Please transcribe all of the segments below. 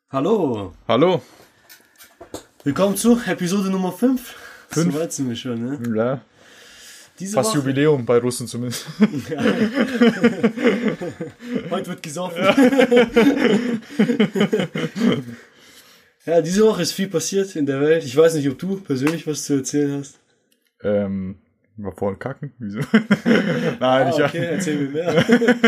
Hallo. Hallo. Willkommen zu Episode Nummer 5. 5? So weit sind wir schon, ne? Ja. Diese Fast Woche. Jubiläum bei Russen zumindest. Ja. Heute wird gesoffen. Ja, diese Woche ist viel passiert in der Welt. Ich weiß nicht, ob du persönlich was zu erzählen hast. War vorhin kacken? Wieso? Nein, Okay, erzähl mir mehr.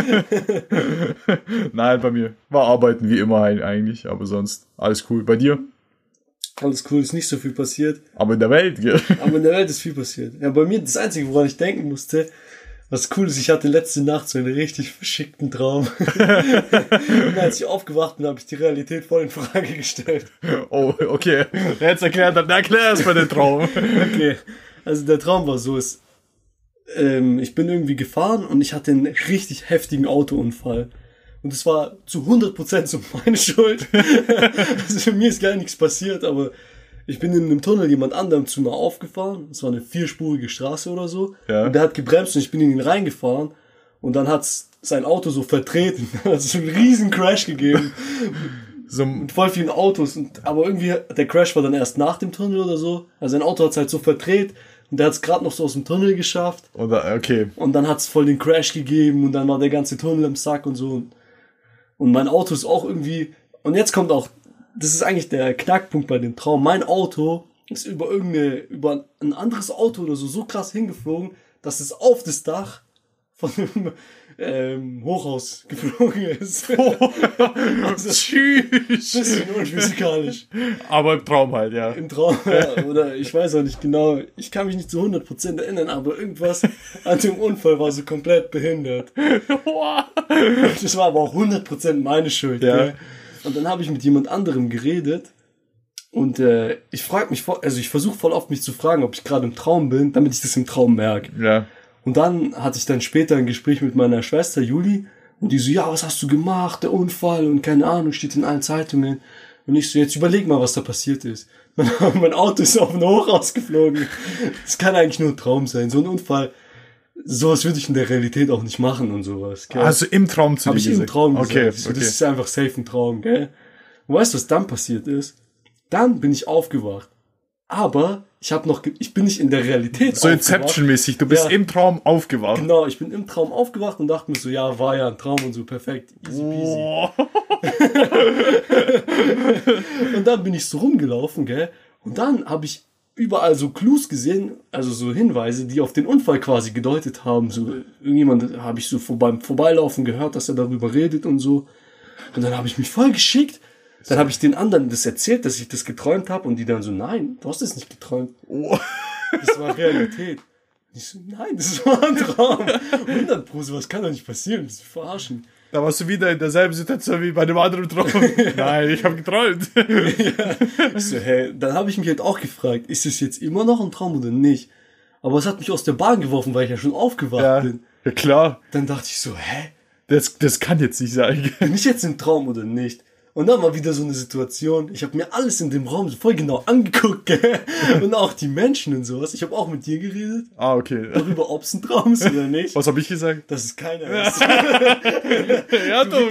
Nein, bei mir. War arbeiten wie immer eigentlich, aber sonst alles cool. Bei dir? Alles cool, ist nicht so viel passiert. Aber in der Welt, gell? Aber in der Welt ist viel passiert. Ja, bei mir, das Einzige, woran ich denken musste, was cool ist, ich hatte letzte Nacht so einen richtig verschickten Traum. Und als ich aufgewacht bin, habe ich die Realität voll in Frage gestellt. Oh, okay. Jetzt erklär erst mal den Traum. Okay, also der Traum war so, ich bin irgendwie gefahren und ich hatte einen richtig heftigen Autounfall. Und es war zu 100% so meine Schuld. Also mir ist gar nichts passiert, aber ich bin in einem Tunnel jemand anderem zu nah aufgefahren. Es war eine 4-spurige Straße oder so. Ja. Und der hat gebremst und ich bin in ihn reingefahren. Und dann hat's sein Auto so vertreten. Dann hat es so einen riesen Crash gegeben. So, Mit voll vielen Autos. Aber irgendwie, der Crash war dann erst nach dem Tunnel oder so. Also sein Auto hat's halt so verdreht. Und der hat's gerade noch so aus dem Tunnel geschafft. oder, okay. Und dann hat's voll den Crash gegeben. Und dann war der ganze Tunnel im Sack und so. Und mein Auto ist auch irgendwie, und jetzt kommt auch, das ist eigentlich der Knackpunkt bei dem Traum. Mein Auto ist über ein anderes Auto oder so krass hingeflogen, dass es auf das Dach von einem Hochhaus geflogen ist. Also, tschüss. Bisschen unphysikalisch. Aber im Traum halt, ja. Im Traum, ja, oder ich weiß auch nicht genau, ich kann mich nicht zu 100% erinnern, aber irgendwas an dem Unfall war so komplett behindert. Das war aber auch 100% meine Schuld. Ja. Gell? Und dann habe ich mit jemand anderem geredet und ich frage mich, ich versuche voll oft mich zu fragen, ob ich gerade im Traum bin, damit ich das im Traum merke. Ja. Und dann hatte ich dann später ein Gespräch mit meiner Schwester Juli und die so, ja, was hast du gemacht, der Unfall und keine Ahnung, steht in allen Zeitungen. Und ich so, jetzt überleg mal, was da passiert ist. Mein Auto ist auf ein Hochhaus geflogen. Das kann eigentlich nur ein Traum sein. So ein Unfall, sowas würde ich in der Realität auch nicht machen und sowas. Gell? Also im Traum zu Hab dir ich im gesagt. Traum gesagt. Okay, So, okay. das ist einfach safe ein Traum, gell? Und weißt du, was dann passiert ist? Dann bin ich aufgewacht. Aber ich bin nicht in der Realität So aufgewacht. Inception-mäßig, du bist Ja. im Traum aufgewacht. Genau, ich bin im Traum aufgewacht und dachte mir so, ja, war ja ein Traum und so, perfekt, easy peasy. Oh. Und dann bin ich so rumgelaufen, gell? Und dann habe ich überall so Clues gesehen, also so Hinweise, die auf den Unfall quasi gedeutet haben. So irgendjemand habe ich so beim Vorbeilaufen gehört, dass er darüber redet und so. Und dann habe ich mich voll geschickt. Dann habe ich den anderen das erzählt, dass ich das geträumt habe und die dann so, nein, du hast es nicht geträumt. Oh. Das war Realität. Und ich so, nein, das war ein Traum. 100%, sowas kann doch nicht passieren, das ist verarschen. Da warst du wieder in derselben Situation wie bei dem anderen Traum. Nein, ich habe geträumt. Ich so, hey, dann habe ich mich halt auch gefragt, ist es jetzt immer noch ein Traum oder nicht? Aber es hat mich aus der Bahn geworfen, weil ich ja schon aufgewacht bin. Ja, klar. Dann dachte ich so, hä, Das kann jetzt nicht sein. bin ich jetzt im Traum oder nicht? Und dann war wieder so eine Situation, ich habe mir alles in dem Raum so voll genau angeguckt, gell? Und auch die Menschen und sowas. Ich habe auch mit dir geredet, Ah, okay. darüber, ob es ein Traum ist oder nicht. Was habe ich gesagt? Dass es keiner ist. Ja, du.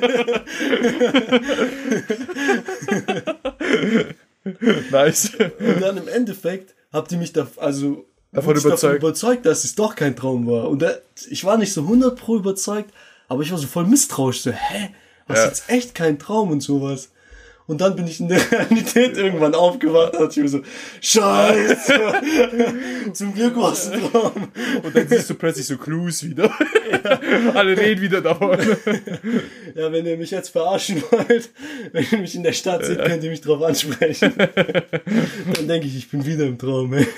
Nice. Und dann im Endeffekt habt ihr mich Davon davon überzeugt. überzeugt, dass es doch kein Traum war. Und ich war nicht so 100% überzeugt, aber ich war so voll misstrauisch. So, hä? Was Ja. jetzt echt kein Traum und sowas? Und dann bin ich in der Realität irgendwann aufgewacht und dachte ich mir so, Scheiße! Zum Glück war es ein Traum. Und dann siehst du plötzlich so Clues wieder. Alle reden wieder davon. Ja, wenn ihr mich jetzt verarschen wollt, wenn ihr mich in der Stadt seht, könnt ihr mich drauf ansprechen. Dann denke ich bin wieder im Traum, ey.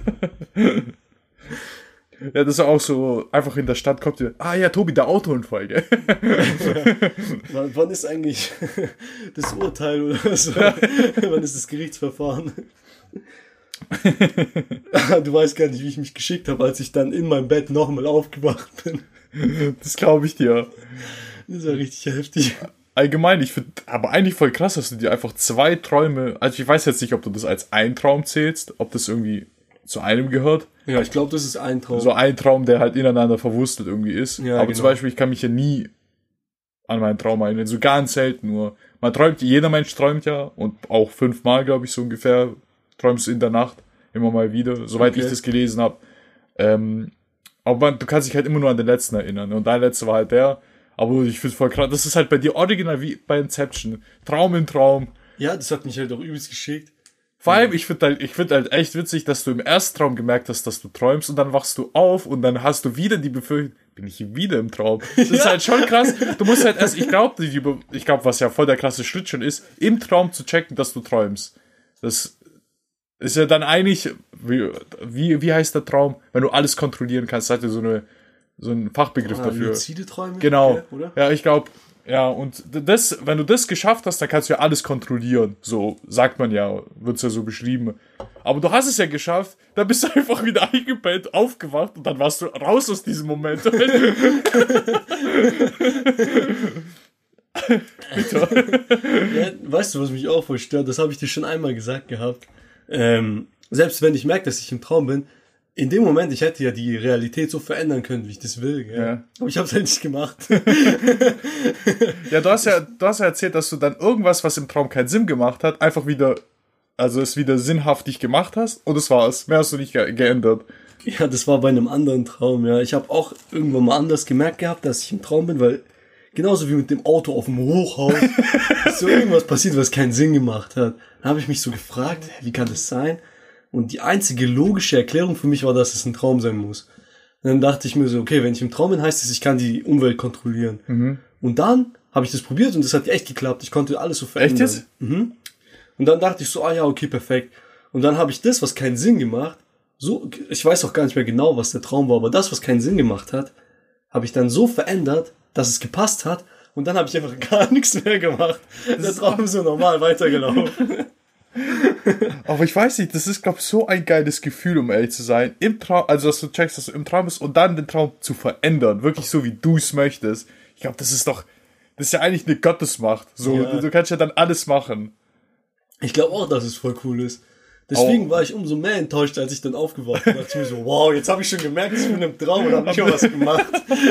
Ja, das ist auch so, einfach in der Stadt kommt dir, ah ja, Tobi, der Autounfall, gell? Wann ist eigentlich das Urteil oder so? Wann ist das Gerichtsverfahren? Du weißt gar nicht, wie ich mich geschickt habe, als ich dann in meinem Bett nochmal aufgewacht bin. Das glaube ich dir. Das war richtig heftig. Allgemein, ich finde, aber eigentlich voll krass, dass du dir einfach 2 Träume, also ich weiß jetzt nicht, ob du das als ein Traum zählst, ob das irgendwie zu einem gehört. Ja, ich glaube, das ist ein Traum. So ein Traum, der halt ineinander verwurzelt irgendwie ist. Ja, aber genau. zum Beispiel, ich kann mich ja nie an meinen Traum erinnern. So ganz selten nur. Man träumt, jeder Mensch träumt ja und auch 5-mal, glaube ich, so ungefähr träumst du in der Nacht immer mal wieder, soweit ich das gelesen habe. Aber du kannst dich halt immer nur an den letzten erinnern und dein letzter war halt der. Aber ich finde voll krass, das ist halt bei dir original wie bei Inception. Traum in Traum. Ja, das hat mich halt auch übelst geschickt. Vor allem, ich finde halt echt witzig, dass du im ersten Traum gemerkt hast, dass du träumst und dann wachst du auf und dann hast du wieder die Befürchtung, bin ich wieder im Traum? Das ist halt schon krass. Du musst halt erst, ich glaube, was ja voll der krasse Schritt schon ist, im Traum zu checken, dass du träumst. Das ist ja dann eigentlich, wie heißt der Traum? Wenn du alles kontrollieren kannst, hat ja so ein Fachbegriff dafür. Luzide Träume? Genau. Okay, oder? Ja, ich glaube, ja, und das, wenn du das geschafft hast, dann kannst du ja alles kontrollieren. So sagt man ja, wird's ja so beschrieben. Aber du hast es ja geschafft, dann bist du einfach wieder eingepennt, aufgewacht und dann warst du raus aus diesem Moment. Ja, weißt du, was mich auch voll stört? Das habe ich dir schon einmal gesagt gehabt. Selbst wenn ich merke, dass ich im Traum bin, in dem Moment, ich hätte ja die Realität so verändern können, wie ich das will. Gell? Ja. Aber ich habe es halt nicht gemacht. Ja, du hast ja erzählt, dass du dann irgendwas, was im Traum keinen Sinn gemacht hat, einfach wieder, also es wieder sinnhaftig gemacht hast und das war's. Mehr hast du nicht geändert. Ja, das war bei einem anderen Traum, ja. Ich habe auch irgendwann mal anders gemerkt gehabt, dass ich im Traum bin, weil genauso wie mit dem Auto auf dem Hochhaus ist so irgendwas passiert, was keinen Sinn gemacht hat. Dann habe ich mich so gefragt, wie kann das sein? Und die einzige logische Erklärung für mich war, dass es ein Traum sein muss. Und dann dachte ich mir so, okay, wenn ich im Traum bin, heißt es, ich kann die Umwelt kontrollieren. Mhm. Und dann habe ich das probiert und das hat echt geklappt. Ich konnte alles so verändern. Echt jetzt? Mhm. Und dann dachte ich so, ja, okay, perfekt. Und dann habe ich das, was keinen Sinn gemacht, so, ich weiß auch gar nicht mehr genau, was der Traum war, aber das, was keinen Sinn gemacht hat, habe ich dann so verändert, dass es gepasst hat. Und dann habe ich einfach gar nichts mehr gemacht. Der Traum ist so normal weitergelaufen. Aber ich weiß nicht, das ist, glaube ich, so ein geiles Gefühl, um ehrlich zu sein. Im Traum, also dass du checkst, dass du im Traum bist und dann den Traum zu verändern. Wirklich so, wie du es möchtest. Ich glaube, das ist ja eigentlich eine Gottesmacht. So, ja. Du kannst ja dann alles machen. Ich glaube auch, dass es voll cool ist. Deswegen war ich umso mehr enttäuscht, als ich dann aufgewacht bin. Da dachte ich mir so, wow, jetzt habe ich schon gemerkt, ich bin im Traum und habe schon was gemacht.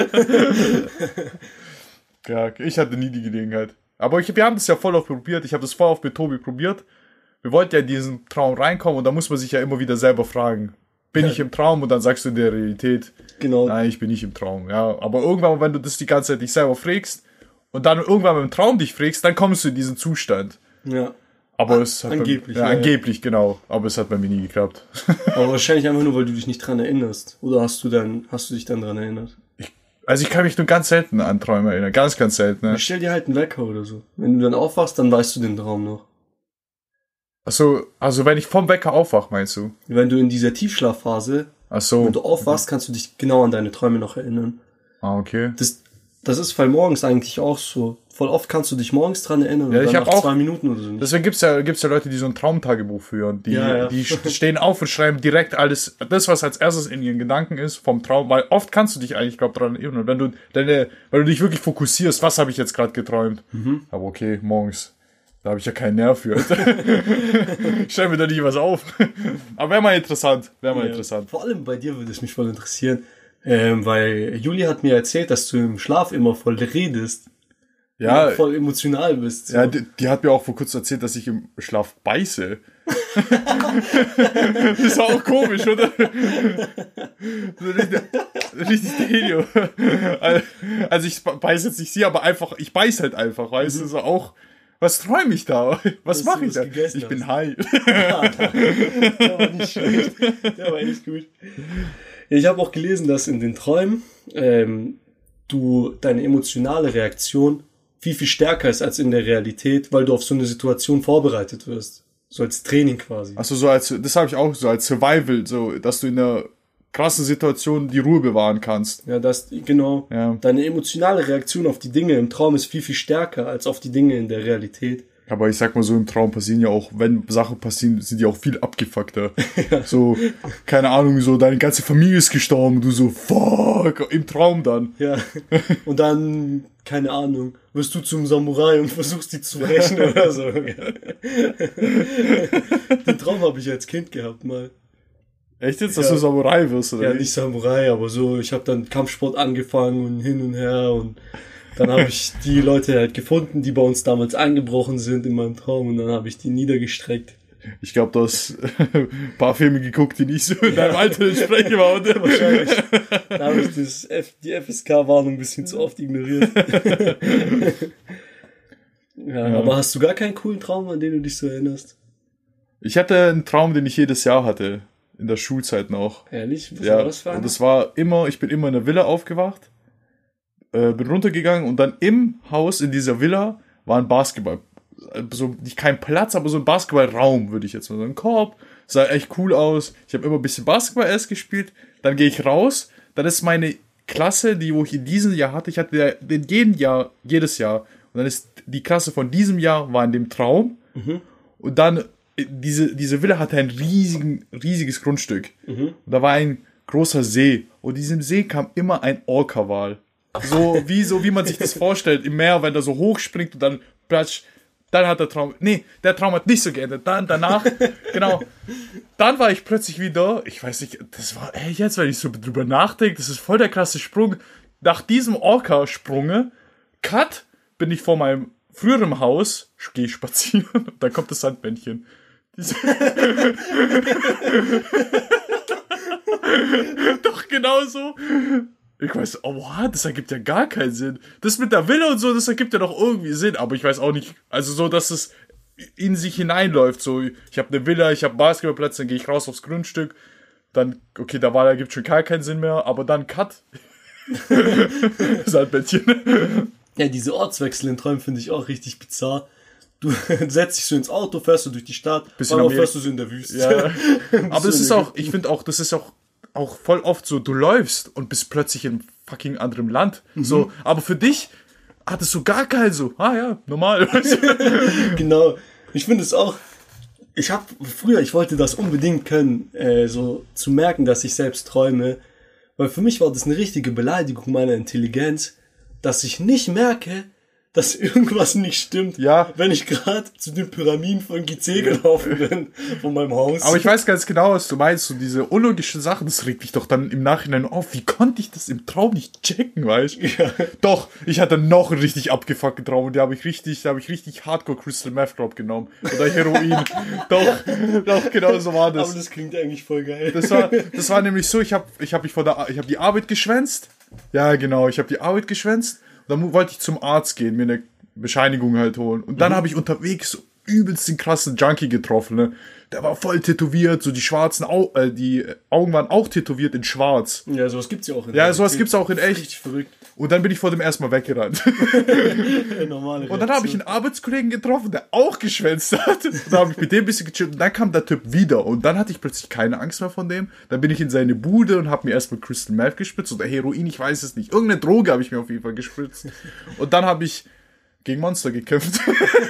Ja, ich hatte nie die Gelegenheit. Aber wir haben das ja voll oft probiert. Ich habe das voll oft mit Tobi probiert. Wir wollten ja in diesen Traum reinkommen und da muss man sich ja immer wieder selber fragen, bin ich im Traum? Und dann sagst du in der Realität, genau. Nein, ich bin nicht im Traum. Ja, aber irgendwann, wenn du das die ganze Zeit dich selber fragst und dann irgendwann im Traum dich fragst, dann kommst du in diesen Zustand. Ja. Aber es hat angeblich. Angeblich, genau. Aber es hat bei mir nie geklappt. Aber wahrscheinlich einfach nur, weil du dich nicht dran erinnerst. Oder hast du dich dann dran erinnert? Ich kann mich nur ganz selten an Träume erinnern. Ganz, ganz selten. Ne? Stell dir halt einen Wecker oder so. Wenn du dann aufwachst, dann weißt du den Traum noch. Also wenn ich vom Wecker aufwach, meinst du? Wenn du in dieser Tiefschlafphase, wenn du aufwachst, kannst du dich genau an deine Träume noch erinnern. Ah, okay. Das ist weil morgens eigentlich auch so. Voll oft kannst du dich morgens dran erinnern. Ja, und ich dann habe nach auch 2 Minuten oder so. Deswegen gibt's ja Leute, die so ein Traumtagebuch führen. Die stehen auf und schreiben direkt alles, das was als erstes in ihren Gedanken ist vom Traum, weil oft kannst du dich eigentlich, glaube dran erinnern. Wenn du dich wirklich fokussierst, was habe ich jetzt gerade geträumt? Mhm. Aber okay, morgens. Da habe ich ja keinen Nerv für. Ich schreibe mir da nicht was auf. Aber wäre mal interessant. Vor allem bei dir würde es mich voll interessieren. Weil Juli hat mir erzählt, dass du im Schlaf immer voll redest. Ja. Voll emotional bist. So. Ja, die hat mir auch vor kurzem erzählt, dass ich im Schlaf beiße. Das ist auch komisch, oder? Richtig Video. Also ich beiße jetzt nicht sie, aber einfach, ich beiß halt einfach, weißt du, so auch. Was träume ich da? Was mache ich da? Ich bin high. Der war nicht schlecht. Der war echt gut. Ich habe auch gelesen, dass in den Träumen du deine emotionale Reaktion viel, viel stärker ist als in der Realität, weil du auf so eine Situation vorbereitet wirst. So als Training quasi. Also das habe ich auch so als Survival, so, dass du in einer krassen Situation die Ruhe bewahren kannst. Ja, genau. Ja. Deine emotionale Reaktion auf die Dinge im Traum ist viel, viel stärker als auf die Dinge in der Realität. Aber ich sag mal so, im Traum passieren ja auch, wenn Sachen passieren, sind die auch viel abgefuckter. Ja. So, keine Ahnung, so, deine ganze Familie ist gestorben, du so, fuck, im Traum dann. Ja. Und dann, keine Ahnung, wirst du zum Samurai und versuchst die zu rächen oder so. Den Traum habe ich als Kind gehabt mal. Echt jetzt, dass du Samurai wirst, oder? Ja, nicht Samurai, aber so, ich habe dann Kampfsport angefangen und hin und her und Dann habe ich die Leute halt gefunden, die bei uns damals eingebrochen sind in meinem Traum und dann habe ich die niedergestreckt. Ich glaube, du hast ein paar Filme geguckt, die nicht so in deinem Alter entsprechen waren. Wahrscheinlich. Da habe ich die FSK-Warnung ein bisschen zu oft ignoriert. Ja, aber hast du gar keinen coolen Traum, an den du dich so erinnerst? Ich hatte einen Traum, den ich jedes Jahr hatte. In der Schulzeit noch. Ehrlich? Was ja, war das für einer? Und das war immer, ich bin immer in der Villa aufgewacht, bin runtergegangen und dann im Haus in dieser Villa war ein Basketball. So, nicht kein Platz, aber so ein Basketballraum, würde ich jetzt mal sagen. Ein Korb, sah echt cool aus. Ich habe immer ein bisschen Basketball erst gespielt, dann gehe ich raus, dann ist meine Klasse, wo ich in diesem Jahr hatte, ich hatte jedes Jahr. Und dann ist die Klasse von diesem Jahr war in dem Traum. Und dann, diese Villa hatte ein riesiges Grundstück. Und da war ein großer See. Und in diesem See kam immer ein Orca-Wal. So wie man sich das vorstellt im Meer, wenn der so hoch springt und dann platsch. Dann hat der Traum hat nicht so geendet. Danach, genau. Dann war ich plötzlich wieder, ich weiß nicht, das war, jetzt, wenn ich so drüber nachdenke, das ist voll der krasse Sprung. Nach diesem Orca-Sprung, Cut, bin ich vor meinem früheren Haus, gehe spazieren, und dann kommt das Sandmännchen. Doch, genau so. Ich weiß, das ergibt ja gar keinen Sinn. Das mit der Villa und so, das ergibt ja doch irgendwie Sinn, aber ich weiß auch nicht, also so, dass es in sich hineinläuft, so, ich habe eine Villa, ich habe einen Basketballplatz, dann gehe ich raus aufs Grundstück, dann, okay, da ergibt schon gar keinen Sinn mehr, aber dann Cut. Sandbettchen. Ja, diese Ortswechsel in Träumen finde ich auch richtig bizarr. Du setzt dich so ins Auto, fährst du durch die Stadt, aber fährst du so in der Wüste. Ja. Aber es ist auch, ich finde auch, das ist auch voll oft so, du läufst und bist plötzlich in fucking anderem Land. So, aber für dich hat es so gar kein so, normal. Genau. Ich finde es auch, ich wollte das unbedingt können, so zu merken, dass ich selbst träume, weil für mich war das eine richtige Beleidigung meiner Intelligenz, dass ich nicht merke, dass irgendwas nicht stimmt, wenn ich gerade zu den Pyramiden von Gizeh gelaufen bin, von meinem Haus. Aber ich weiß ganz genau, was du meinst, so diese unlogischen Sachen, das regt mich doch dann im Nachhinein auf. Wie konnte ich das im Traum nicht checken, weißt du? Ja. Doch, ich hatte noch einen richtig abgefuckten Traum und da habe ich richtig Hardcore Crystal Meth Drop genommen. Oder Heroin. Doch, genau so war das. Aber das klingt eigentlich voll geil. Das war nämlich so, ich hab die Arbeit geschwänzt. Ja, genau, ich habe die Arbeit geschwänzt. Dann wollte ich zum Arzt gehen, mir eine Bescheinigung halt holen. Und dann habe ich unterwegs so übelst den krassen Junkie getroffen, ne? Der war voll tätowiert, so die die Augen waren auch tätowiert in schwarz. Ja, sowas gibt's ja auch in echt. Ja, sowas gibt's auch in echt. Richtig verrückt. Und dann bin ich vor dem erstmal weggerannt. Normale und dann habe ich einen Arbeitskollegen getroffen, der auch geschwänzt hat. Und dann habe ich mit dem ein bisschen gechillt. Und dann kam der Typ wieder. Und dann hatte ich plötzlich keine Angst mehr von dem. Dann bin ich in seine Bude und habe mir erstmal Crystal Meth gespritzt. Oder Heroin, ich weiß es nicht. Irgendeine Droge habe ich mir auf jeden Fall gespritzt. Und dann habe ich gegen Monster gekämpft.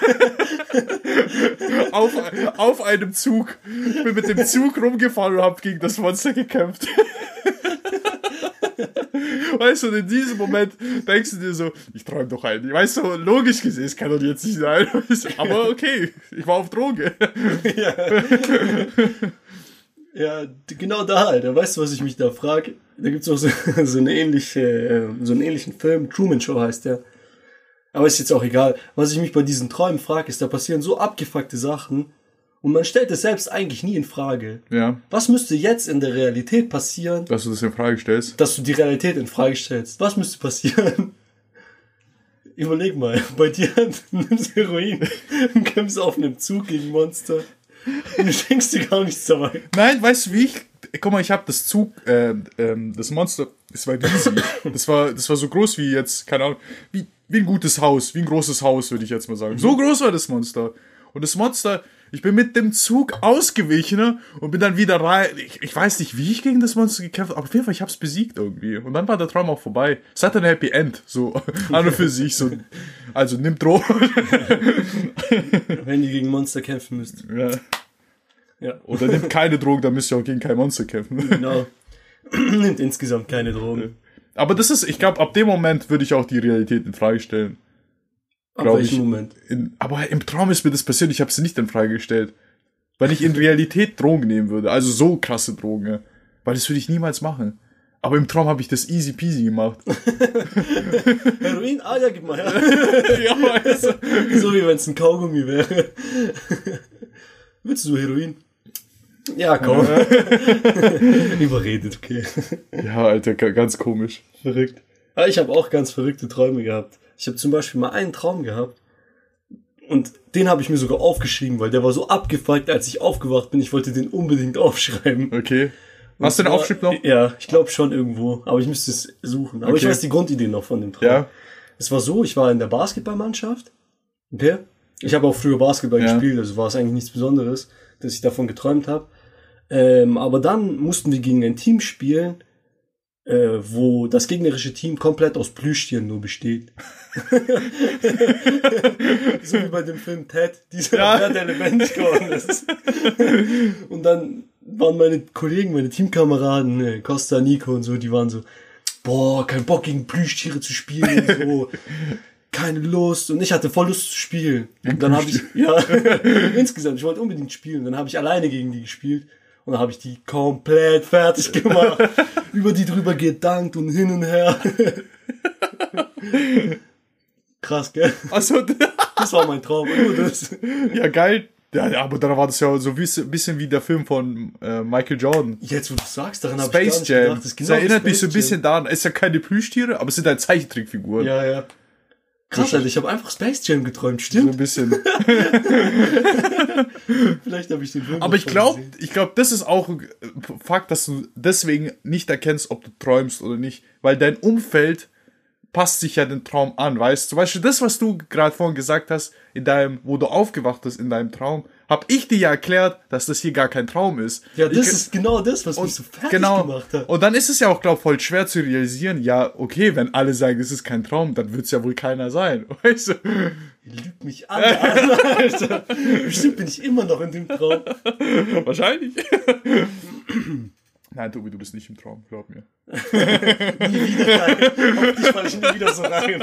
auf einem Zug. Ich bin mit dem Zug rumgefahren und habe gegen das Monster gekämpft. Weißt du, in diesem Moment denkst du dir so, ich träume doch ein. Weißt du, logisch gesehen, es kann doch jetzt nicht sein. Aber okay, ich war auf Droge. Ja, genau da, Alter. Weißt du, was ich mich da frage? Da gibt's auch so einen ähnlichen Film, Truman Show heißt der. Aber ist jetzt auch egal. Was ich mich bei diesen Träumen frage, ist, da passieren so abgefuckte Sachen und man stellt es selbst eigentlich nie in Frage. Ja. Was müsste jetzt in der Realität passieren? Dass du das in Frage stellst? Dass du die Realität in Frage stellst. Was müsste passieren? Überleg mal, bei dir nimmst du Heroin und kämpfst auf einem Zug gegen Monster und du denkst dir gar nichts dabei. Nein, weißt du wie guck mal, ich habe das Monster, das war riesig. Das war so groß wie jetzt, keine Ahnung, wie ein gutes Haus, wie ein großes Haus, würde ich jetzt mal sagen. So groß war das Monster. Und das Monster, ich bin mit dem Zug ausgewichen und bin dann wieder rein. Ich weiß nicht, wie ich gegen das Monster gekämpft habe, aber auf jeden Fall, ich hab's besiegt irgendwie. Und dann war der Traum auch vorbei. Es hatte ein Happy End, so an und für sich. So. Also nimm Drogen. Wenn ihr gegen Monster kämpfen müsst. Ja. Oder nimmt keine Drogen, dann müsst ihr auch gegen kein Monster kämpfen. Genau. Nimmt insgesamt keine Drogen. Aber das ist, ich glaube, ab dem Moment würde ich auch die Realität in Frage stellen. Ab welchem Moment? Aber im Traum ist mir das passiert, ich habe es nicht in Frage gestellt. Weil ich in Realität Drogen nehmen würde. Also so krasse Drogen. Weil das würde ich niemals machen. Aber im Traum habe ich das easy peasy gemacht. Heroin? Ah ja, gib mal her. Ja, also. So wie wenn es ein Kaugummi wäre. Willst du Heroin? Ja, komm. Überredet, okay. Ja, Alter, ganz komisch. Verrückt. Aber ich habe auch ganz verrückte Träume gehabt. Ich habe zum Beispiel mal einen Traum gehabt und den habe ich mir sogar aufgeschrieben, weil der war so abgefuckt, als ich aufgewacht bin. Ich wollte den unbedingt aufschreiben. Okay. Hast du den Aufschrieb noch? Ja, ich glaube schon irgendwo, aber ich müsste es suchen. Aber ich weiß die Grundidee noch von dem Traum. Ja. Es war so, ich war in der Basketballmannschaft. Okay? Ich habe auch früher Basketball gespielt, also war es eigentlich nichts Besonderes, dass ich davon geträumt habe. Aber dann mussten wir gegen ein Team spielen, wo das gegnerische Team komplett aus Plüschtieren nur besteht. So wie bei dem Film Ted, dieser Bär, der lebendig geworden ist. Und dann waren meine Kollegen, meine Teamkameraden, Costa, Nico und so, die waren so, boah, kein Bock gegen Plüschtiere zu spielen und so. Keine Lust. Und ich hatte voll Lust zu spielen. Und dann habe ich, insgesamt, ich wollte unbedingt spielen. Dann habe ich alleine gegen die gespielt. Und dann habe ich die komplett fertig gemacht. Über die drüber gedankt und hin und her. Krass, gell? Also, das war mein Traum. Nur das. Ja, geil. Ja, aber dann war das ja so ein bisschen wie der Film von Michael Jordan. Jetzt, wo du sagst, daran habe ich gar nicht Jam. gedacht. Das, genau das erinnert mich so ein bisschen daran. Es ist ja keine Plüschtiere, aber es sind halt Zeichentrickfiguren. Ja, ja. Krass, Alter, ich habe einfach Space Jam geträumt, stimmt? So ein bisschen. Vielleicht habe ich den Film. Aber ich glaube, das ist auch ein Fakt, dass du deswegen nicht erkennst, ob du träumst oder nicht. Weil dein Umfeld passt sich ja den Traum an, weißt du? Zum Beispiel das, was du gerade vorhin gesagt hast, wo du aufgewacht bist in deinem Traum, habe ich dir ja erklärt, dass das hier gar kein Traum ist. Ja, das ist genau das, was mich so fertig gemacht hat. Und dann ist es ja auch, glaube ich, voll schwer zu realisieren, ja, okay, wenn alle sagen, es ist kein Traum, dann wird es ja wohl keiner sein, weißt du? Ihr lügt mich an, Alter. Bestimmt bin ich immer noch in dem Traum. Wahrscheinlich. Nein, Tobi, du bist nicht im Traum, glaub mir. Nie wieder rein. Auf dich falle ich nie wieder so rein.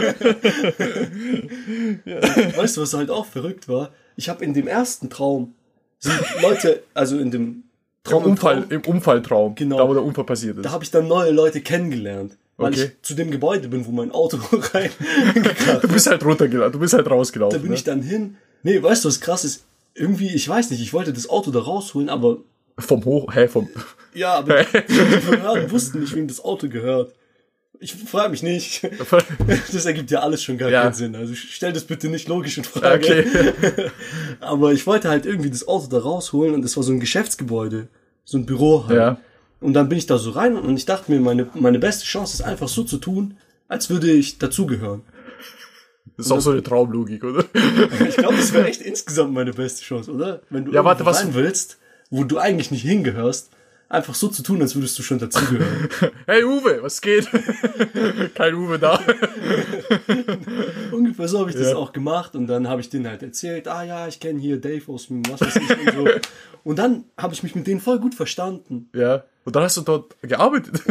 Weißt du, was halt auch verrückt war? Ich habe in dem ersten Traum sind Leute, also in dem Traum im Unfalltraum, genau, da wo der Unfall passiert ist. Da habe ich dann neue Leute kennengelernt, weil ich zu dem Gebäude bin, wo mein Auto reingekracht. Du bist halt runtergelaufen, du bist halt rausgelaufen. Da bin ich dann hin. Nee, weißt du, was krass ist? Irgendwie, ich weiß nicht, ich wollte das Auto da rausholen, aber ja, aber die Behörden wussten nicht, wem das Auto gehört. Ich frage mich nicht. Das ergibt ja alles schon gar keinen Sinn. Also stell das bitte nicht logisch in Frage. Okay. Aber ich wollte halt irgendwie das Auto da rausholen und das war so ein Geschäftsgebäude. So ein Büro halt. Ja. Und dann bin ich da so rein und ich dachte mir, meine beste Chance ist einfach so zu tun, als würde ich dazugehören. Das ist auch so eine Traumlogik, oder? Ich glaube, das wäre echt insgesamt meine beste Chance, oder? Wenn du rein willst, wo du eigentlich nicht hingehörst, einfach so zu tun, als würdest du schon dazugehören. Hey Uwe, was geht? Kein Uwe da. Ungefähr so habe ich das auch gemacht und dann habe ich denen halt erzählt, ich kenne hier Dave aus dem was weiß ich und so. Und dann habe ich mich mit denen voll gut verstanden. Ja. Und dann hast du dort gearbeitet.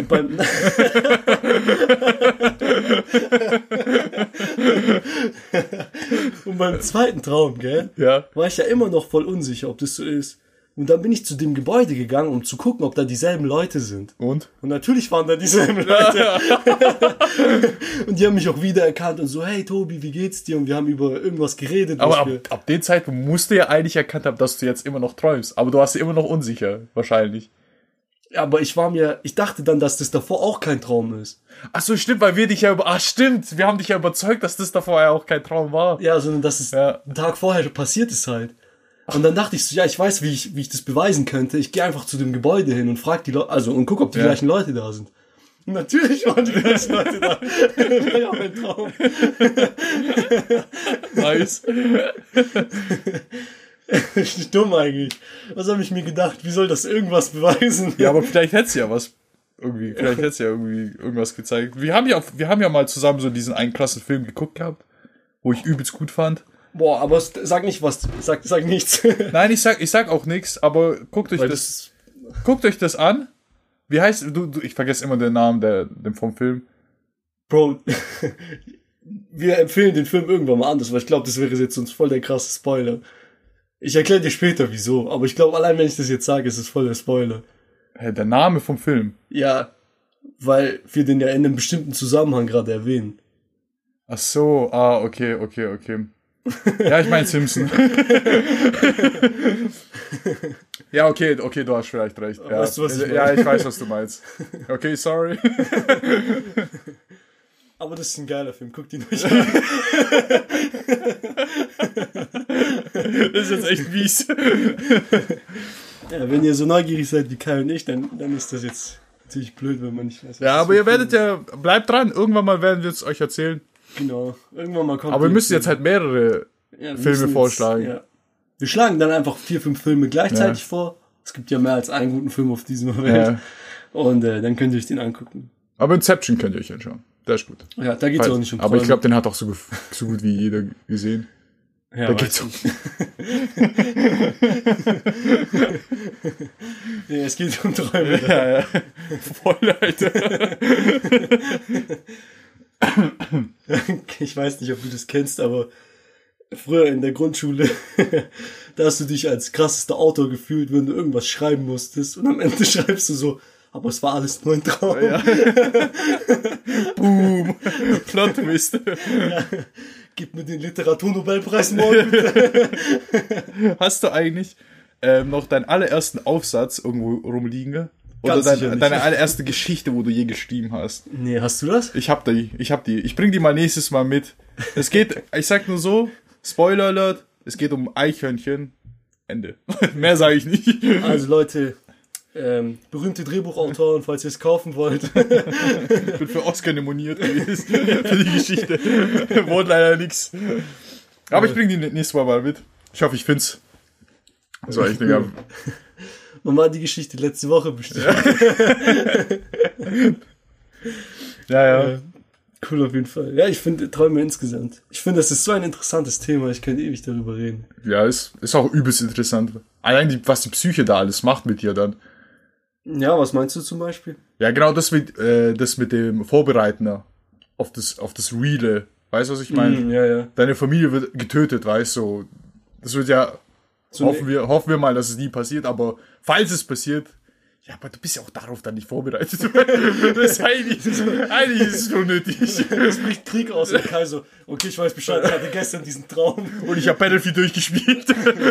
Und beim zweiten Traum, gell? Ja. War ich ja immer noch voll unsicher, ob das so ist. Und dann bin ich zu dem Gebäude gegangen, um zu gucken, ob da dieselben Leute sind. Und natürlich waren da dieselben Leute. Und die haben mich auch wiedererkannt und so, hey Tobi, wie geht's dir? Und wir haben über irgendwas geredet. Aber ab dem Zeitpunkt musst du ja eigentlich erkannt haben, dass du jetzt immer noch träumst. Aber du warst ja immer noch unsicher, wahrscheinlich. Aber ich dachte dann, dass das davor auch kein Traum ist. Ach so, stimmt, weil wir haben dich ja überzeugt, dass das davor ja auch kein Traum war. Ja, sondern dass es einen Tag vorher passiert ist halt. Und dann dachte ich so, ich weiß, wie ich das beweisen könnte. Ich gehe einfach zu dem Gebäude hin und frag die Leute, und guck, ob die gleichen Leute da sind. Und natürlich waren die gleichen Leute da. Das war ja auch ein Traum. Nice. Dumm eigentlich. Was habe ich mir gedacht? Wie soll das irgendwas beweisen? Ja, aber vielleicht hätt's ja was. Vielleicht hätt's ja irgendwie irgendwas gezeigt. Wir haben ja mal zusammen so diesen einen krassen Film geguckt gehabt, wo ich übelst gut fand. Boah, aber sag nicht was. Sag nichts. Nein, ich sag auch nichts, aber guckt euch das an. Wie heißt ich vergesse immer den Namen vom Film. Bro, wir empfehlen den Film irgendwann mal anders, weil ich glaube, das wäre jetzt uns voll der krasse Spoiler. Ich erkläre dir später wieso, aber ich glaube, allein wenn ich das jetzt sage, ist es voll der Spoiler. Der Name vom Film? Ja. weil wir den ja in einem bestimmten Zusammenhang gerade erwähnen. Ach so, okay. Ja, ich meine Simpson. Ja, okay, du hast vielleicht recht. Ja. Weißt du, was ich meine? Ja, ich weiß, was du meinst. Okay, sorry. Aber das ist ein geiler Film, guckt ihn euch an. Das ist jetzt echt mies. Ja, wenn ihr so neugierig seid wie Kai und ich, dann ist das jetzt natürlich blöd, wenn man nicht weiß. Was Ja, das aber für ihr werdet Film ja, bleibt dran, irgendwann mal werden wir es euch erzählen. ist. Genau, irgendwann mal kommt. Aber wir die müssen jetzt halt mehrere Ja, wir Filme müssen jetzt- vorschlagen. Ja. Wir schlagen dann einfach 4, 5 Filme gleichzeitig vor. Es gibt ja mehr als einen guten Film auf dieser Welt. Ja. Und dann könnt ihr euch den angucken. Aber Inception könnt ihr euch anschauen. Der ist gut. Ja, da geht's auch nicht um Aber ich Träume. glaube, den hat auch so gut wie jeder gesehen. Ja, Da weiß geht's ich. Nee, es geht um Träume. Ja. Voll, Alter. Ich weiß nicht, ob du das kennst, aber früher in der Grundschule, da hast du dich als krassester Autor gefühlt, wenn du irgendwas schreiben musstest und am Ende schreibst du so, aber es war alles nur ein Traum. Ja. Boom. Plot Twist. Gib mir den Literaturnobelpreis morgen. Bitte. Hast du eigentlich noch deinen allerersten Aufsatz irgendwo rumliegen? Oder Ganz sicher nicht. deine allererste Geschichte, wo du je geschrieben hast? Nee, hast du das? Ich hab die. Ich bring die mal nächstes Mal mit. Es geht, ich sag nur so, Spoiler Alert, es geht um Eichhörnchen. Ende. Mehr sage ich nicht. Also Leute, berühmte Drehbuchautoren, falls ihr es kaufen wollt. Ich bin für Oscar nominiert gewesen. Für die Geschichte. Wurde leider nix. Aber ich bring die nächstes Mal mit. Ich hoffe, ich find's. So, ich denke, Man hat die Geschichte letzte Woche bestimmt. ja. Cool auf jeden Fall. Ja, ich finde Träume insgesamt. Ich finde, das ist so ein interessantes Thema. Ich könnte ewig darüber reden. Ja, ist auch übelst interessant. Allein was die Psyche da alles macht mit dir dann. Ja, was meinst du zum Beispiel? Ja, genau das mit dem Vorbereiten auf das Reale. Weißt du, was ich meine? Ja. Deine Familie wird getötet, weißt du. Das wird ja, So hoffen wir mal, dass es nie passiert, aber falls es passiert, ja, aber du bist ja auch darauf dann nicht vorbereitet. Das ist eigentlich ist es schon nötig. Es bricht Krieg aus und Kai so, okay, ich weiß Bescheid, ich hatte gestern diesen Traum. Und ich habe Battlefield durchgespielt.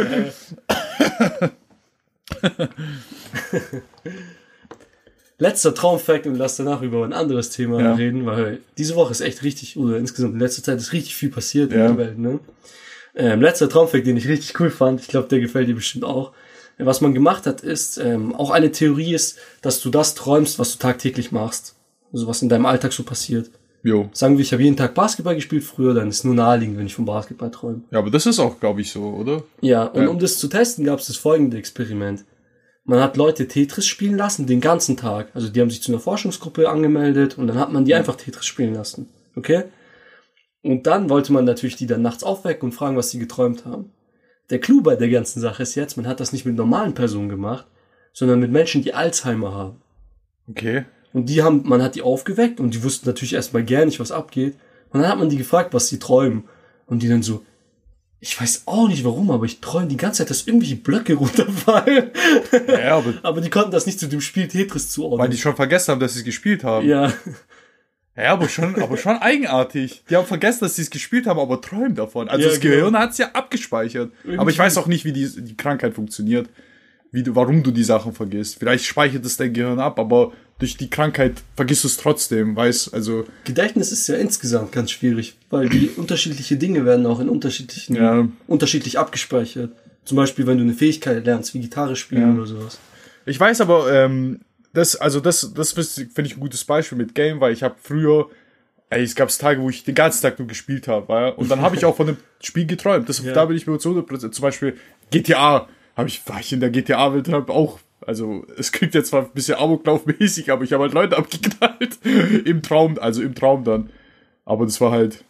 Letzter Traumfact und lass danach über ein anderes Thema Ja. reden, weil diese Woche ist echt richtig, oder insgesamt in letzter Zeit ist richtig viel passiert in Ja. der Welt, ne? Letzter Traumfact, den ich richtig cool fand, ich glaube, der gefällt dir bestimmt auch. Was man gemacht hat, ist, auch eine Theorie ist, dass du das träumst, was du tagtäglich machst. Also was in deinem Alltag so passiert. Jo. Sagen wir, ich habe jeden Tag Basketball gespielt früher, dann ist nur naheliegend, wenn ich vom Basketball träume. Ja, aber das ist auch, glaube ich, so, oder? Ja, und Ja. um das zu testen, gab es das folgende Experiment. Man hat Leute Tetris spielen lassen, den ganzen Tag. Also die haben sich zu einer Forschungsgruppe angemeldet und dann hat man die einfach Tetris spielen lassen. Okay? Und dann wollte man natürlich die dann nachts aufwecken und fragen, was sie geträumt haben. Der Clou bei der ganzen Sache ist jetzt, man hat das nicht mit normalen Personen gemacht, sondern mit Menschen, die Alzheimer haben. Okay. Und man hat die aufgeweckt und die wussten natürlich erstmal gar nicht, was abgeht. Und dann hat man die gefragt, was sie träumen. Und die dann so, ich weiß auch nicht warum, aber ich träume die ganze Zeit, dass irgendwelche Blöcke runterfallen. Ja, aber Aber die konnten das nicht zu dem Spiel Tetris zuordnen. weil die schon vergessen haben, dass sie es gespielt haben. Ja, Ja, aber schon eigenartig. Die haben vergessen, dass sie es gespielt haben, aber träumen davon. Also Ja, das genau. Gehirn hat es ja abgespeichert. Aber ich weiß auch nicht, wie die Krankheit funktioniert. Warum du die Sachen vergisst. Vielleicht speichert es dein Gehirn ab, aber durch die Krankheit vergisst du es trotzdem, weißt, also, Gedächtnis ist ja insgesamt ganz schwierig, weil die unterschiedliche Dinge werden auch in unterschiedlich abgespeichert. Zum Beispiel, wenn du eine Fähigkeit lernst, wie Gitarre spielen oder sowas. ich weiß aber, das finde ich ein gutes Beispiel mit Game, weil ich habe früher, es gab Tage, wo ich den ganzen Tag nur gespielt habe, ja? Und dann habe ich auch von dem Spiel geträumt. Da bin ich mir zu 100%, zum Beispiel GTA, war ich in der GTA-Welt, habe auch, also es klingt jetzt zwar ein bisschen Amoklauf-mäßig, aber ich habe halt Leute abgeknallt im Traum dann. Aber das war halt,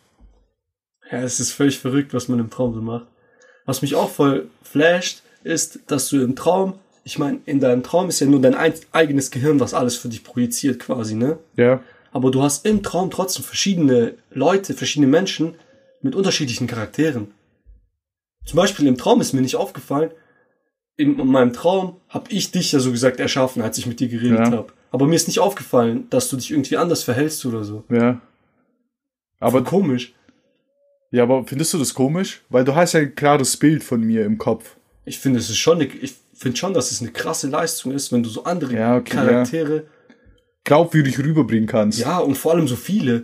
Ja, es ist völlig verrückt, was man im Traum so macht. Was mich auch voll flasht, ist, dass du im Traum, ich meine, in deinem Traum ist ja nur dein eigenes Gehirn, was alles für dich projiziert quasi, ne? ja, Aber du hast im Traum trotzdem verschiedene Leute, verschiedene Menschen mit unterschiedlichen Charakteren. Zum Beispiel im Traum ist mir nicht aufgefallen, in meinem Traum habe ich dich ja so gesagt erschaffen, als ich mit dir geredet Ja. habe. Aber mir ist nicht aufgefallen, dass du dich irgendwie anders verhältst oder so. Ja. Aber komisch. Ja, aber findest du das komisch? Weil du hast ja ein klares Bild von mir im Kopf. Ich finde, ich finde schon, dass es eine krasse Leistung ist, wenn du so andere Charaktere glaubwürdig rüberbringen kannst. Ja, und vor allem so viele.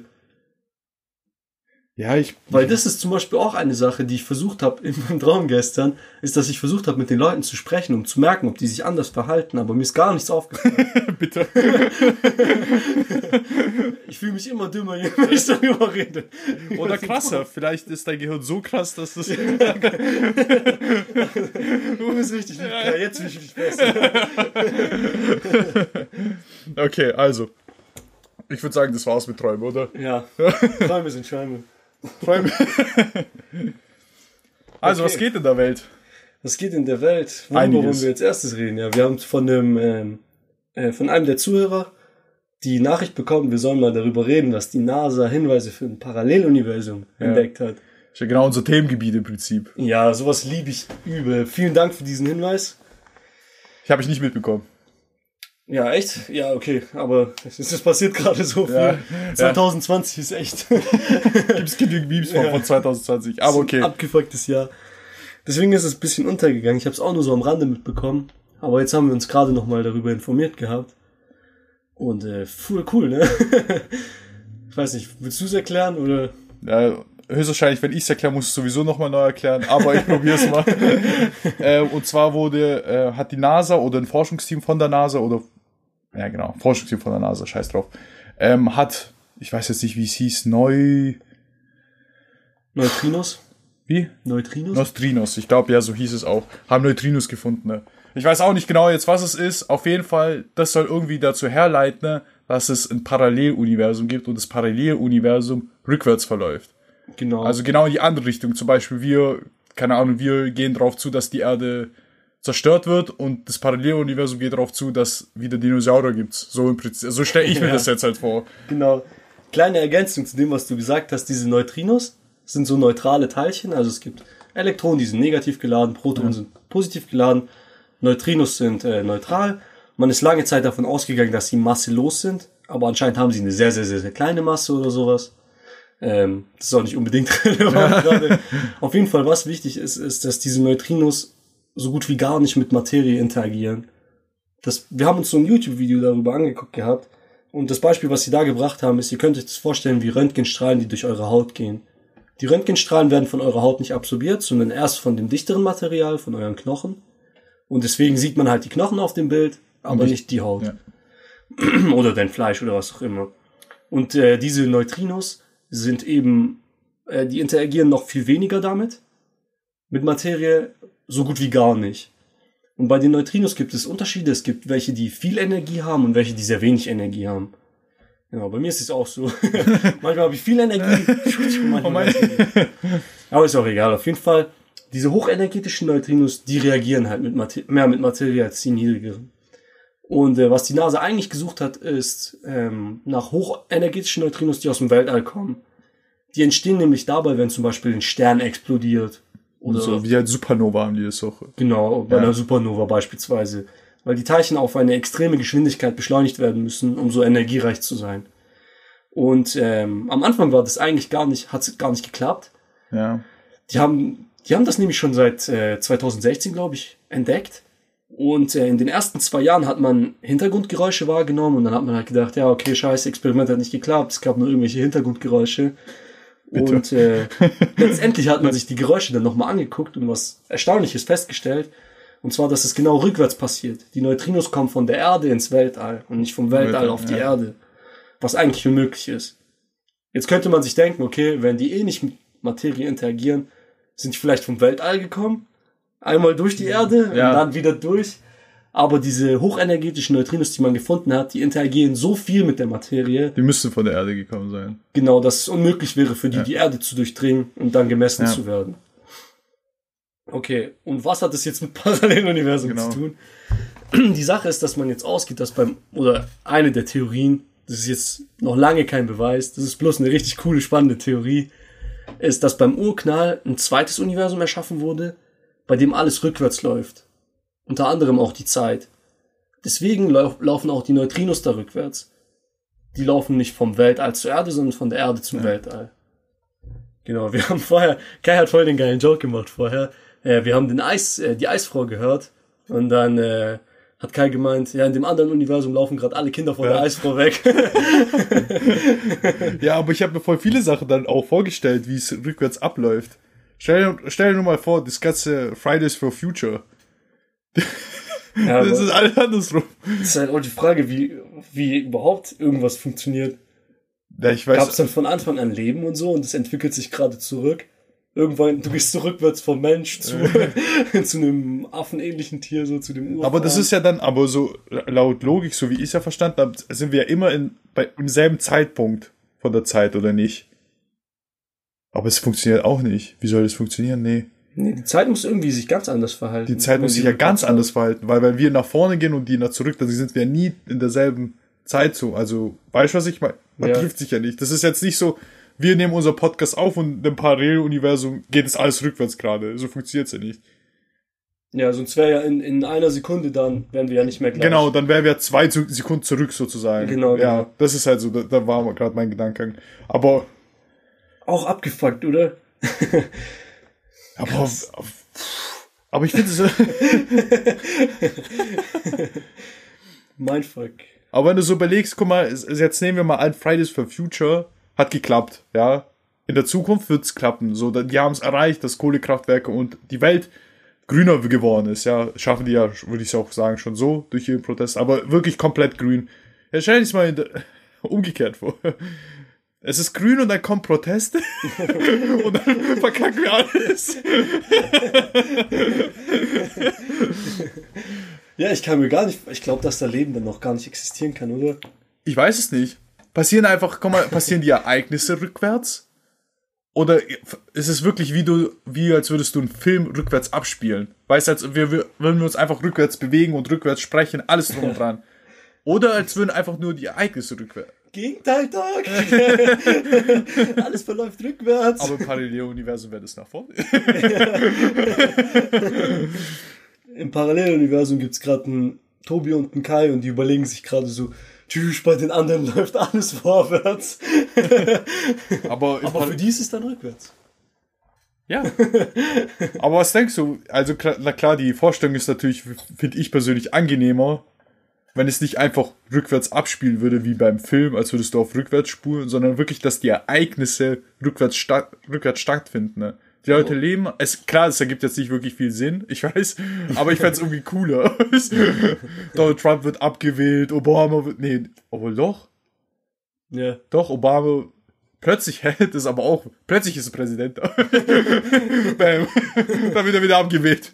Ja, weil das ist zum Beispiel auch eine Sache, die ich versucht habe in meinem Traum gestern, ist, dass ich versucht habe, mit den Leuten zu sprechen, um zu merken, ob die sich anders verhalten, aber mir ist gar nichts aufgefallen. Bitte. Ich fühle mich immer dümmer, wenn ich darüber rede. Oder krasser. Vielleicht ist dein Gehirn so krass, dass das... Du bist richtig lieb. Ja, jetzt will ich mich besser. Okay, also. Ich würde sagen, das war's mit Träumen, oder? Ja. Träume sind Schweine. Träume. Also, okay. Was geht in der Welt? Was geht in der Welt? Worüber wollen wir jetzt erstes reden? Ja, wir haben von einem der Zuhörer die Nachricht bekommen, wir sollen mal darüber reden, dass die NASA Hinweise für ein Paralleluniversum entdeckt hat. Ist ja genau unser Themengebiet im Prinzip. Ja, sowas liebe ich übel. Vielen Dank für diesen Hinweis. Ich habe nicht mitbekommen. Ja, echt? Ja, okay. Aber es passiert gerade so viel. Ja, 2020 ist echt. Gibt's genügend Memes von 2020. Aber okay. Ein abgefucktes Jahr. Deswegen ist es ein bisschen untergegangen. Ich habe es auch nur so am Rande mitbekommen. Aber jetzt haben wir uns gerade nochmal darüber informiert gehabt. Und voll cool, ne? Ich weiß nicht, willst du es erklären oder? Ja, höchstwahrscheinlich, wenn ich es erkläre, muss ich es sowieso nochmal neu erklären, aber ich probiere es mal. Und zwar hat die NASA oder ein Forschungsteam von der NASA Forschungsteam von der NASA, scheiß drauf, ich weiß jetzt nicht, wie es hieß, Neutrinos? Wie? Neutrinos, ich glaube, ja, so hieß es auch. Haben Neutrinos gefunden, ne? Ich weiß auch nicht genau jetzt, was es ist. Auf jeden Fall, das soll irgendwie dazu herleiten, ne, dass es ein Paralleluniversum gibt und das Paralleluniversum rückwärts verläuft. Genau. Also genau in die andere Richtung. Zum Beispiel wir gehen darauf zu, dass die Erde zerstört wird und das Paralleluniversum geht darauf zu, dass wieder Dinosaurier gibt. So im Prinzip, so stelle ich mir das jetzt halt vor. Genau. Kleine Ergänzung zu dem, was du gesagt hast. Diese Neutrinos sind so neutrale Teilchen. Also es gibt Elektronen, die sind negativ geladen, Protonen sind positiv geladen. Neutrinos sind neutral. Man ist lange Zeit davon ausgegangen, dass sie masselos sind. Aber anscheinend haben sie eine sehr, sehr, sehr, sehr kleine Masse oder sowas. Das ist auch nicht unbedingt relevant gerade. Auf jeden Fall, was wichtig ist, dass diese Neutrinos so gut wie gar nicht mit Materie interagieren. Wir haben uns so ein YouTube-Video darüber angeguckt gehabt. Und das Beispiel, was sie da gebracht haben, ist, ihr könnt euch das vorstellen wie Röntgenstrahlen, die durch eure Haut gehen. Die Röntgenstrahlen werden von eurer Haut nicht absorbiert, sondern erst von dem dichteren Material, von euren Knochen. Und deswegen sieht man halt die Knochen auf dem Bild, aber nicht die Haut. Ja. Oder dein Fleisch oder was auch immer. Und diese Neutrinos sind eben, die interagieren noch viel weniger damit. Mit Materie so gut wie gar nicht. Und bei den Neutrinos gibt es Unterschiede. Es gibt welche, die viel Energie haben und welche, die sehr wenig Energie haben. Ja, bei mir ist es auch so. Manchmal habe ich viel Energie. Aber ist auch egal. Auf jeden Fall, diese hochenergetischen Neutrinos, die reagieren halt mehr mit Materie als die niedrigeren. Und was die NASA eigentlich gesucht hat, ist nach hochenergetischen Neutrinos, die aus dem Weltall kommen. Die entstehen nämlich dabei, wenn zum Beispiel ein Stern explodiert. Oder so wie halt Supernova haben die das auch. Genau, bei einer Supernova beispielsweise. Weil die Teilchen auf eine extreme Geschwindigkeit beschleunigt werden müssen, um so energiereich zu sein. Und am Anfang hat es gar nicht geklappt. Ja. Die haben das nämlich schon seit 2016, glaube ich, entdeckt. Und in den ersten 2 Jahren hat man Hintergrundgeräusche wahrgenommen und dann hat man halt gedacht, ja, okay, scheiße, Experiment hat nicht geklappt, es gab nur irgendwelche Hintergrundgeräusche. Bitte. Und letztendlich hat man sich die Geräusche dann nochmal angeguckt und was Erstaunliches festgestellt. Und zwar, dass es genau rückwärts passiert. Die Neutrinos kommen von der Erde ins Weltall und nicht vom Weltall auf die Erde. Was eigentlich unmöglich ist. Jetzt könnte man sich denken, okay, wenn die nicht mit Materie interagieren, sind die vielleicht vom Weltall gekommen? Einmal durch die Erde und dann wieder durch. Aber diese hochenergetischen Neutrinos, die man gefunden hat, die interagieren so viel mit der Materie. Die müssten von der Erde gekommen sein. Genau, dass es unmöglich wäre für die Erde zu durchdringen und dann gemessen zu werden. Okay, und was hat das jetzt mit Paralleluniversum zu tun? Die Sache ist, dass man jetzt ausgeht, dass eine der Theorien, das ist jetzt noch lange kein Beweis, das ist bloß eine richtig coole, spannende Theorie, ist, dass beim Urknall ein zweites Universum erschaffen wurde, bei dem alles rückwärts läuft. Unter anderem auch die Zeit. deswegen laufen auch die Neutrinos da rückwärts. Die laufen nicht vom Weltall zur Erde, sondern von der Erde zum Weltall. Genau, wir haben vorher, Kai hat voll den geilen Joke gemacht vorher. Wir haben die Eisfrau gehört und dann hat Kai gemeint, ja, in dem anderen Universum laufen gerade alle Kinder vor der Eisfrau weg. Ja, aber ich habe mir voll viele Sachen dann auch vorgestellt, wie es rückwärts abläuft. Stell dir nur mal vor, das ganze Fridays for Future. Ja, das ist alles andersrum. Das ist halt auch die Frage, wie überhaupt irgendwas funktioniert. Ja, ich weiß. Gab es dann von Anfang an Leben und so und es entwickelt sich gerade zurück? Irgendwann, du gehst rückwärts vom Mensch zu einem affenähnlichen Tier, so zu dem Urahn. Aber das ist ja dann, aber so laut Logik, so wie ich es ja verstanden habe, sind wir ja immer im selben Zeitpunkt von der Zeit, oder nicht? Aber es funktioniert auch nicht. Wie soll das funktionieren? Nee, die Zeit muss irgendwie sich ganz anders verhalten. die Zeit muss sich ja ganz anders verhalten, weil wenn wir nach vorne gehen und die nach zurück, dann sind wir nie in derselben Zeit so. Also, weißt du, was ich meine? Man trifft sich ja nicht. Das ist jetzt nicht so, wir nehmen unser Podcast auf und im Paralleluniversum geht es alles rückwärts gerade. So funktioniert's ja nicht. Ja, sonst wäre ja in einer Sekunde dann, wären wir ja nicht mehr gleich. Genau, dann wären wir 2 Sekunden zurück sozusagen. Genau. Ja, das ist halt so, da war gerade mein Gedankengang. Aber Auch abgefuckt, oder? aber ich finde es. Mindfuck. Aber wenn du so überlegst, guck mal, jetzt nehmen wir mal an, Fridays for Future hat geklappt, ja. In der Zukunft wird's klappen. So, die haben es erreicht, dass Kohlekraftwerke und die Welt grüner geworden ist, ja. Schaffen die ja, würde ich auch sagen, schon so durch ihren Protest, aber wirklich komplett grün. Ja, stell dir das mal umgekehrt vor. Es ist grün und dann kommen Proteste und dann verkacken wir alles. Ja, ich glaube, dass da Leben dann noch gar nicht existieren kann, oder? Ich weiß es nicht. Passieren die Ereignisse rückwärts? Oder ist es wirklich wie als würdest du einen Film rückwärts abspielen? Weißt du, als würden wir uns einfach rückwärts bewegen und rückwärts sprechen, alles drum und dran. Oder als würden einfach nur die Ereignisse rückwärts. Gegenteiltag! Alles verläuft rückwärts. Aber im Paralleluniversum wäre das nach vorne. Im Paralleluniversum gibt's gerade einen Tobi und einen Kai und die überlegen sich gerade so, tschüss, bei den anderen läuft alles vorwärts. Aber für die ist es dann rückwärts. Ja. Aber was denkst du? Also na klar, die Vorstellung ist natürlich, finde ich persönlich, angenehmer, wenn es nicht einfach rückwärts abspielen würde, wie beim Film, als würdest du auf rückwärts spulen, sondern wirklich, dass die Ereignisse rückwärts stattfinden. Ne? Die Leute leben, klar, es ergibt jetzt nicht wirklich viel Sinn, ich weiß, aber ich fänd's irgendwie cooler. Donald Trump wird abgewählt, obwohl doch. Ja. Doch, Obama plötzlich hält es aber auch, plötzlich ist er Präsident. Bam. Dann wird er wieder abgewählt.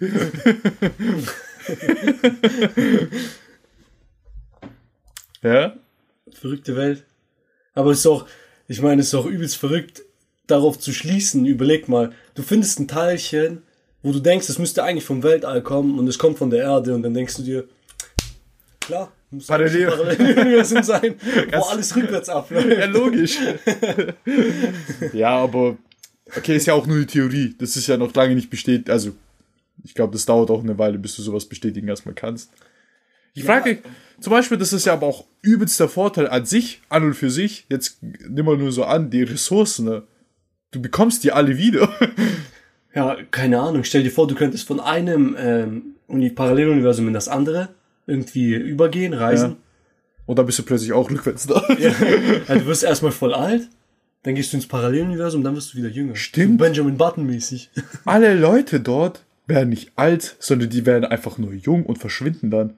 Ja? Verrückte Welt. Aber es ist auch übelst verrückt, darauf zu schließen. Überleg mal, du findest ein Teilchen, wo du denkst, es müsste eigentlich vom Weltall kommen und es kommt von der Erde und dann denkst du dir, klar, muss Paralleluniversum sein, wo alles rückwärts abläuft. Ja, logisch. Ja, aber okay, ist ja auch nur die Theorie. Das ist ja noch lange nicht bestätigt. Also, ich glaube, das dauert auch eine Weile, bis du sowas bestätigen erstmal kannst. Ich frage dich, zum Beispiel, das ist ja aber auch übelster Vorteil an und für sich, jetzt nimm mal nur so an, die Ressourcen, ne? Du bekommst die alle wieder. Ja, keine Ahnung, stell dir vor, du könntest von einem Paralleluniversum in das andere irgendwie übergehen, reisen. Ja. Und dann bist du plötzlich auch rückwärts da. Ja. Also du wirst erstmal voll alt, dann gehst du ins Paralleluniversum, dann wirst du wieder jünger. Stimmt. So Benjamin Button mäßig. Alle Leute dort werden nicht alt, sondern die werden einfach nur jung und verschwinden dann.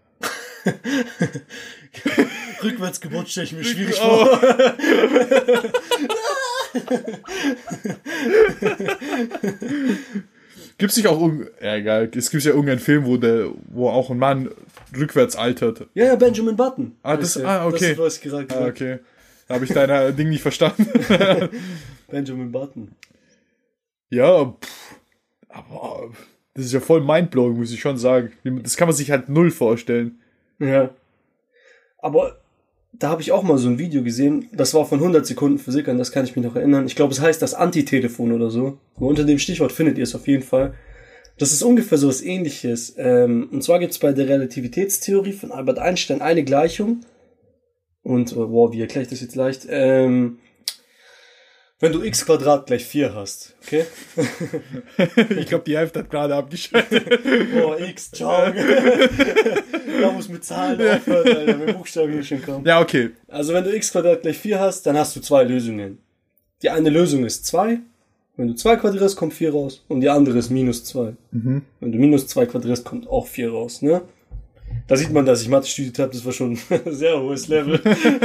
Rückwärtsgeburt stelle ich mir schwierig vor. Gibt's nicht auch egal, es gibt ja irgendeinen Film, wo auch ein Mann rückwärts altert. Ja, Benjamin Button. Okay. Das ist, was ich gerade gesagt habe. Okay. Da habe ich dein Ding nicht verstanden. Benjamin Button. Ja, aber das ist ja voll mindblowing, muss ich schon sagen. Das kann man sich halt null vorstellen. Ja. Aber da habe ich auch mal so ein Video gesehen, das war von 100 Sekunden Physik, an das kann ich mich noch erinnern. Ich glaube, es heißt das Antitelefon oder so. Aber unter dem Stichwort findet ihr es auf jeden Fall. Das ist ungefähr so was Ähnliches. Und zwar gibt es bei der Relativitätstheorie von Albert Einstein eine Gleichung. Und, wie erkläre ich das jetzt leicht? Wenn du x² gleich 4 hast, okay? Ich glaube, die Hälfte hat gerade abgeschaltet. X, ciao. Da muss mit Zahlen aufhören, Alter, wenn Buchstaben hier schon kommen. Ja, okay. Also wenn du x² gleich 4 hast, dann hast du 2 Lösungen. Die eine Lösung ist 2. Wenn du 2 quadrierst, kommt 4 raus. Und die andere ist -2. Wenn du -2 quadrierst, kommt auch 4 raus, ne? Da sieht man, dass ich Mathe studiert habe, das war schon ein sehr hohes Level.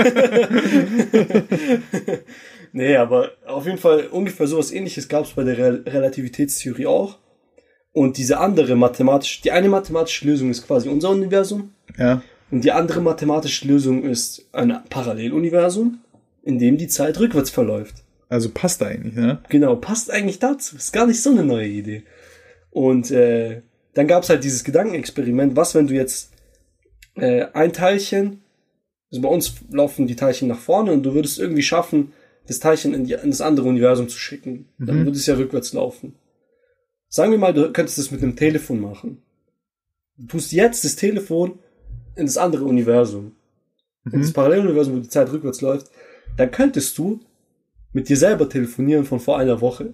Nee, aber auf jeden Fall ungefähr sowas Ähnliches gab es bei der Relativitätstheorie auch. Und die eine mathematische Lösung ist quasi unser Universum. Ja. Und die andere mathematische Lösung ist ein Paralleluniversum, in dem die Zeit rückwärts verläuft. Also passt eigentlich, ne? Genau, passt eigentlich dazu. Ist gar nicht so eine neue Idee. Und dann gab es halt dieses Gedankenexperiment, was, wenn du jetzt ein Teilchen, also bei uns laufen die Teilchen nach vorne und du würdest irgendwie schaffen, das Teilchen in das andere Universum zu schicken. Dann würde es ja rückwärts laufen. Sagen wir mal, du könntest das mit einem Telefon machen. Du tust jetzt das Telefon in das andere Universum. In das Paralleluniversum, wo die Zeit rückwärts läuft. Dann könntest du mit dir selber telefonieren von vor einer Woche.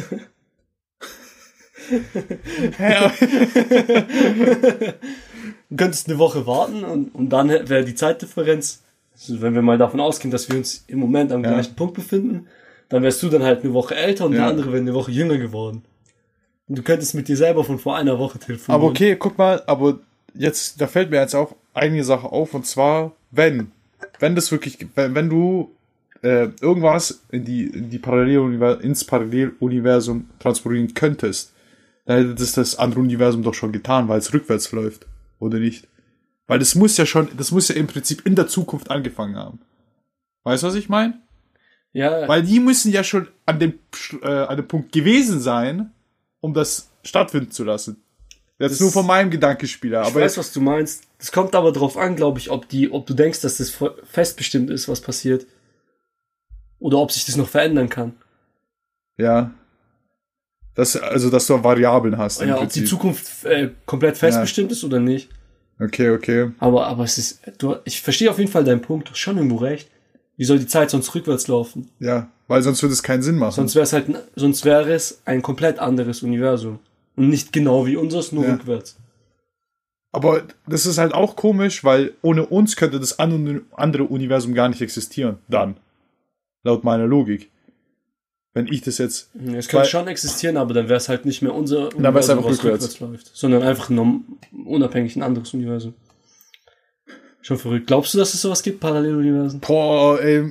Du könntest eine Woche warten und dann wäre die Zeitdifferenz, also wenn wir mal davon ausgehen, dass wir uns im Moment am gleichen Punkt befinden, dann wärst du dann halt eine Woche älter und der andere wäre eine Woche jünger geworden. Und du könntest mit dir selber von vor einer Woche telefonieren. Aber okay, guck mal, aber jetzt, da fällt mir jetzt auch einige Sache auf, und zwar, wenn das wirklich, wenn du irgendwas ins Paralleluniversum transportieren könntest, dann hätte das andere Universum doch schon getan, weil es rückwärts läuft, oder nicht? Weil das muss ja im Prinzip in der Zukunft angefangen haben. Weißt du, was ich meine? Ja. Weil die müssen ja schon an dem Punkt gewesen sein, um das stattfinden zu lassen. Jetzt nur von meinem Gedankenspieler. Ich weiß, was du meinst. Das kommt aber drauf an, glaube ich, ob du denkst, dass das festbestimmt ist, was passiert. Oder ob sich das noch verändern kann. Ja. Dass du Variablen hast. Ja, ob die Zukunft komplett festbestimmt ist oder nicht. Okay. Aber ich verstehe auf jeden Fall deinen Punkt. Du hast schon irgendwo recht. Wie soll die Zeit sonst rückwärts laufen? Ja, weil sonst würde es keinen Sinn machen. Sonst wäre es ein komplett anderes Universum. Und nicht genau wie unseres, nur rückwärts. Aber das ist halt auch komisch, weil ohne uns könnte das andere Universum gar nicht existieren. Dann. Laut meiner Logik. Wenn ich das jetzt... Es könnte schon existieren, aber dann wäre es halt nicht mehr unser Universum, was rückwärts läuft. Sondern einfach unabhängig ein anderes Universum. Schon verrückt. Glaubst du, dass es sowas gibt, Paralleluniversen? Boah, ey,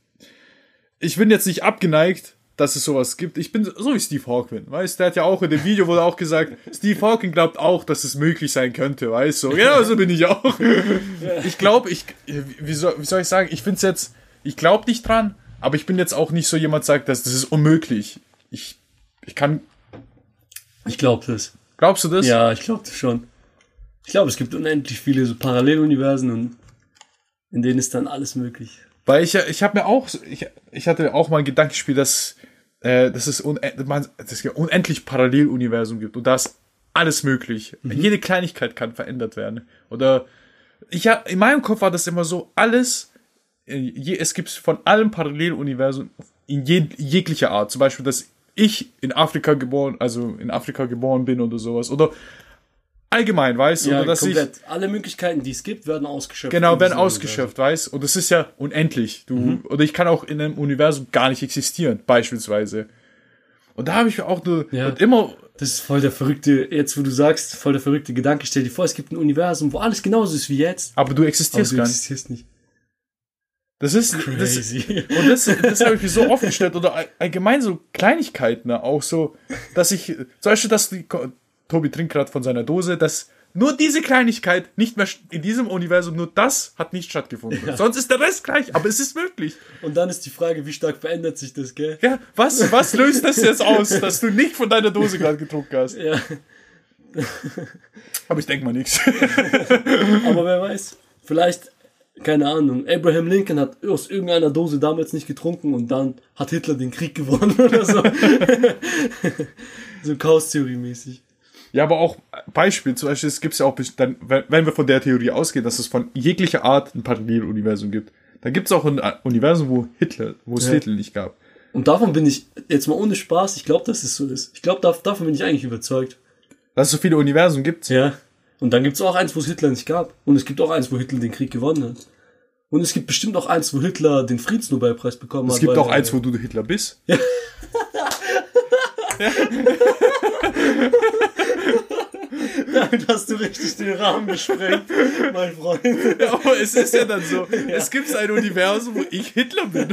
ich bin jetzt nicht abgeneigt, dass es sowas gibt. Ich bin so wie Steve Hawking, weißt du? Der hat ja auch in dem Video wurde auch gesagt, Steve Hawking glaubt auch, dass es möglich sein könnte, weißt du? Genau, so bin ich auch. Ich glaube, wie soll ich sagen, ich glaube nicht dran, aber ich bin jetzt auch nicht so jemand, der sagt, dass das ist unmöglich. Ich glaube das. Glaubst du das? Ja, ich glaube das schon. Ich glaube, es gibt unendlich viele so Paralleluniversen und in denen ist dann alles möglich. Weil ich hatte auch mal ein Gedankenspiel, dass es unendlich Paralleluniversum gibt und da ist alles möglich. Jede Kleinigkeit kann verändert werden. Oder in meinem Kopf war das immer so, es gibt von allen Paralleluniversen in jeglicher Art. Zum Beispiel, dass ich in Afrika geboren bin oder sowas. Oder allgemein, weißt du? Ja, oder dass komplett. Alle Möglichkeiten, die es gibt, werden ausgeschöpft. Genau, werden ausgeschöpft, weißt du? Und das ist ja unendlich. Oder ich kann auch in einem Universum gar nicht existieren, beispielsweise. Und da habe ich auch und immer... Das ist voll der verrückte, jetzt wo du sagst, voll der verrückte Gedanke. Stell dir vor, es gibt ein Universum, wo alles genauso ist wie jetzt. Aber du existierst gar nicht. Du existierst nicht. Das ist crazy. Das habe ich mir so oft gestellt. Oder allgemein so Kleinigkeiten, ne? Auch so, dass ich, zum Beispiel, Tobi trinkt gerade von seiner Dose, dass nur diese Kleinigkeit nicht mehr in diesem Universum, nur das hat nicht stattgefunden. Ja. Sonst ist der Rest gleich, aber es ist möglich. Und dann ist die Frage, wie stark verändert sich das, gell? Ja, was löst das jetzt aus, dass du nicht von deiner Dose gerade getrunken hast? Ja. Aber ich denke mal nichts. Aber wer weiß, vielleicht, keine Ahnung, Abraham Lincoln hat aus irgendeiner Dose damals nicht getrunken und dann hat Hitler den Krieg gewonnen oder so. So Chaos-Theorie-mäßig. Ja, aber auch Beispiel, zum Beispiel, es gibt ja auch, dann, wenn wir von der Theorie ausgehen, dass es von jeglicher Art ein Paralleluniversum gibt, dann gibt es auch ein Universum, wo es Hitler nicht gab. Und davon bin ich, jetzt mal ohne Spaß, ich glaube, dass es so ist. Ich glaube, davon bin ich eigentlich überzeugt. Dass es so viele Universen gibt? Ja. Und dann gibt es auch eins, wo es Hitler nicht gab. Und es gibt auch eins, wo Hitler den Krieg gewonnen hat. Und es gibt bestimmt auch eins, wo Hitler den Friedensnobelpreis bekommen hat. Es gibt auch eins, wo du Hitler bist. Ja. Damit hast du richtig den Rahmen gesprengt, mein Freund. Ja, aber es ist ja dann so, ja. Es gibt ein Universum, wo ich Hitler bin.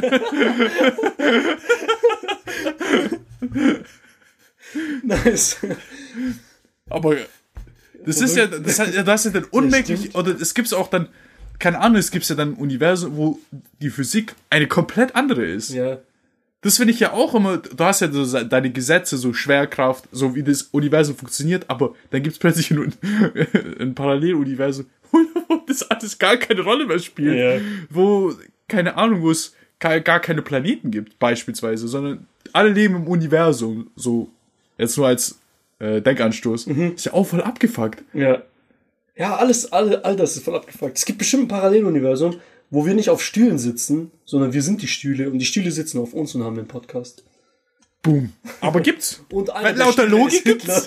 Nice. Aber das ist ja dann unmöglich, oder es gibt auch dann, keine Ahnung, es gibt ja dann ein Universum, wo die Physik eine komplett andere ist. Ja. Das finde ich ja auch immer, du hast ja so deine Gesetze, so Schwerkraft, so wie das Universum funktioniert, aber dann gibt es plötzlich ein Paralleluniversum, wo das alles gar keine Rolle mehr spielt. Ja. Wo, keine Ahnung, wo es gar keine Planeten gibt, beispielsweise, sondern alle leben im Universum, so, jetzt nur als Denkanstoß. Ist ja auch voll abgefuckt. Ja. Ja, all das ist voll abgefuckt. Es gibt bestimmt ein Paralleluniversum, wo wir nicht auf Stühlen sitzen, sondern wir sind die Stühle und die Stühle sitzen auf uns und haben den Podcast. Boom. Aber gibt's. Und laut der Logik gibt's.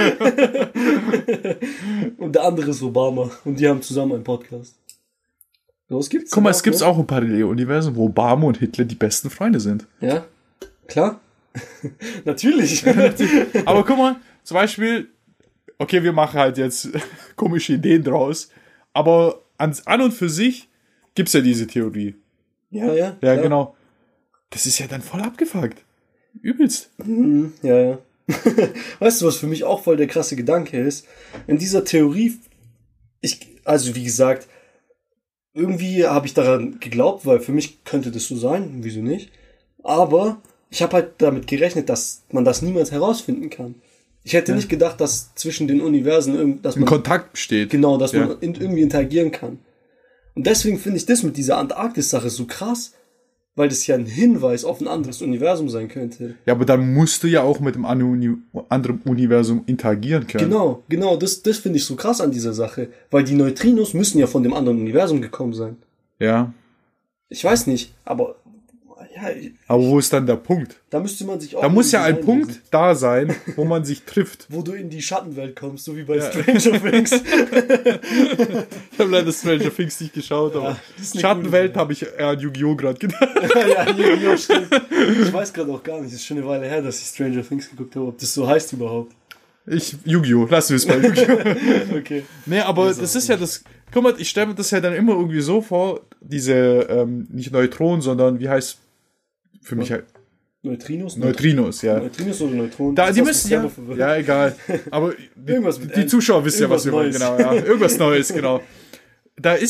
Und der andere ist Obama und die haben zusammen einen Podcast. Was gibt's? Guck mal, es gibt auch ein Paralleluniversum, wo Obama und Hitler die besten Freunde sind. Ja, klar. Natürlich. Aber guck mal, zum Beispiel, okay, wir machen halt jetzt komische Ideen draus, aber an und für sich gibt's ja diese Theorie. Ja. Ja, klar. Genau. Das ist ja dann voll abgefuckt. Übelst. Ja. Weißt du, was für mich auch voll der krasse Gedanke ist? In dieser Theorie, also wie gesagt, irgendwie habe ich daran geglaubt, weil für mich könnte das so sein, wieso nicht? Aber ich habe halt damit gerechnet, dass man das niemals herausfinden kann. Ich hätte nicht gedacht, dass zwischen den Universen dass man Kontakt besteht. Genau, dass man irgendwie interagieren kann. Und deswegen finde ich das mit dieser Antarktis-Sache so krass, weil das ja ein Hinweis auf ein anderes Universum sein könnte. Ja, aber dann musst du ja auch mit dem anderen Universum interagieren können. Genau, das finde ich so krass an dieser Sache, weil die Neutrinos müssen ja von dem anderen Universum gekommen sein. Ja. Ich weiß nicht, aber ja. Aber wo ist dann der Punkt? Da müsste man sich auch. Da muss ja ein Punkt da sein, wo man sich trifft. Wo du in die Schattenwelt kommst, so wie bei Stranger Things. Ich habe leider Stranger Things nicht geschaut, aber Schattenwelt habe ich eher an Yu-Gi-Oh! Gerade gedacht. Ja, Yu-Gi-Oh! Stimmt. Ich weiß gerade auch gar nicht, es ist schon eine Weile her, dass ich Stranger Things geguckt habe, ob das so heißt überhaupt. Yu-Gi-Oh! Lassen wir es bei Yu-Gi-Oh! Okay. Nee, aber das ist ja das. Guck mal, ich stelle mir das ja dann immer irgendwie so vor, diese, nicht Neutronen, sondern wie heißt für mich halt. Neutrinos, ja. Neutrinos oder Neutronen? Die müssen ja, egal. Aber die Zuschauer wissen ja, was wir wollen. Genau, ja. Irgendwas Neues, genau. Das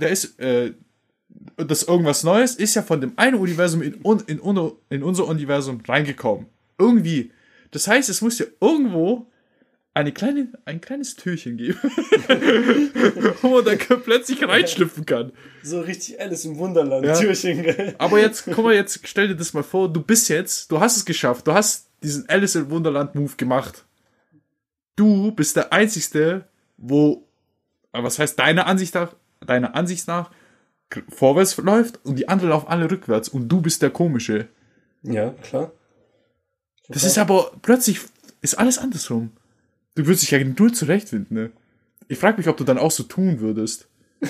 irgendwas Neues ist ja von dem einen Universum in unser Universum reingekommen. Irgendwie. Das heißt, es muss ja irgendwo ein kleines Türchen geben, wo man da plötzlich reinschlüpfen kann. So richtig Alice im Wunderland, ja. Türchen. Aber jetzt stell dir das mal vor, du hast es geschafft, du hast diesen Alice im Wunderland Move gemacht. Du bist der Einzige, was heißt deiner Ansicht nach, vorwärts läuft und die anderen laufen alle rückwärts und du bist der Komische. Ja, klar. Das ist aber plötzlich, ist alles andersrum. Du würdest dich ja null zurechtfinden, ne? Ich frage mich, ob du dann auch so tun würdest.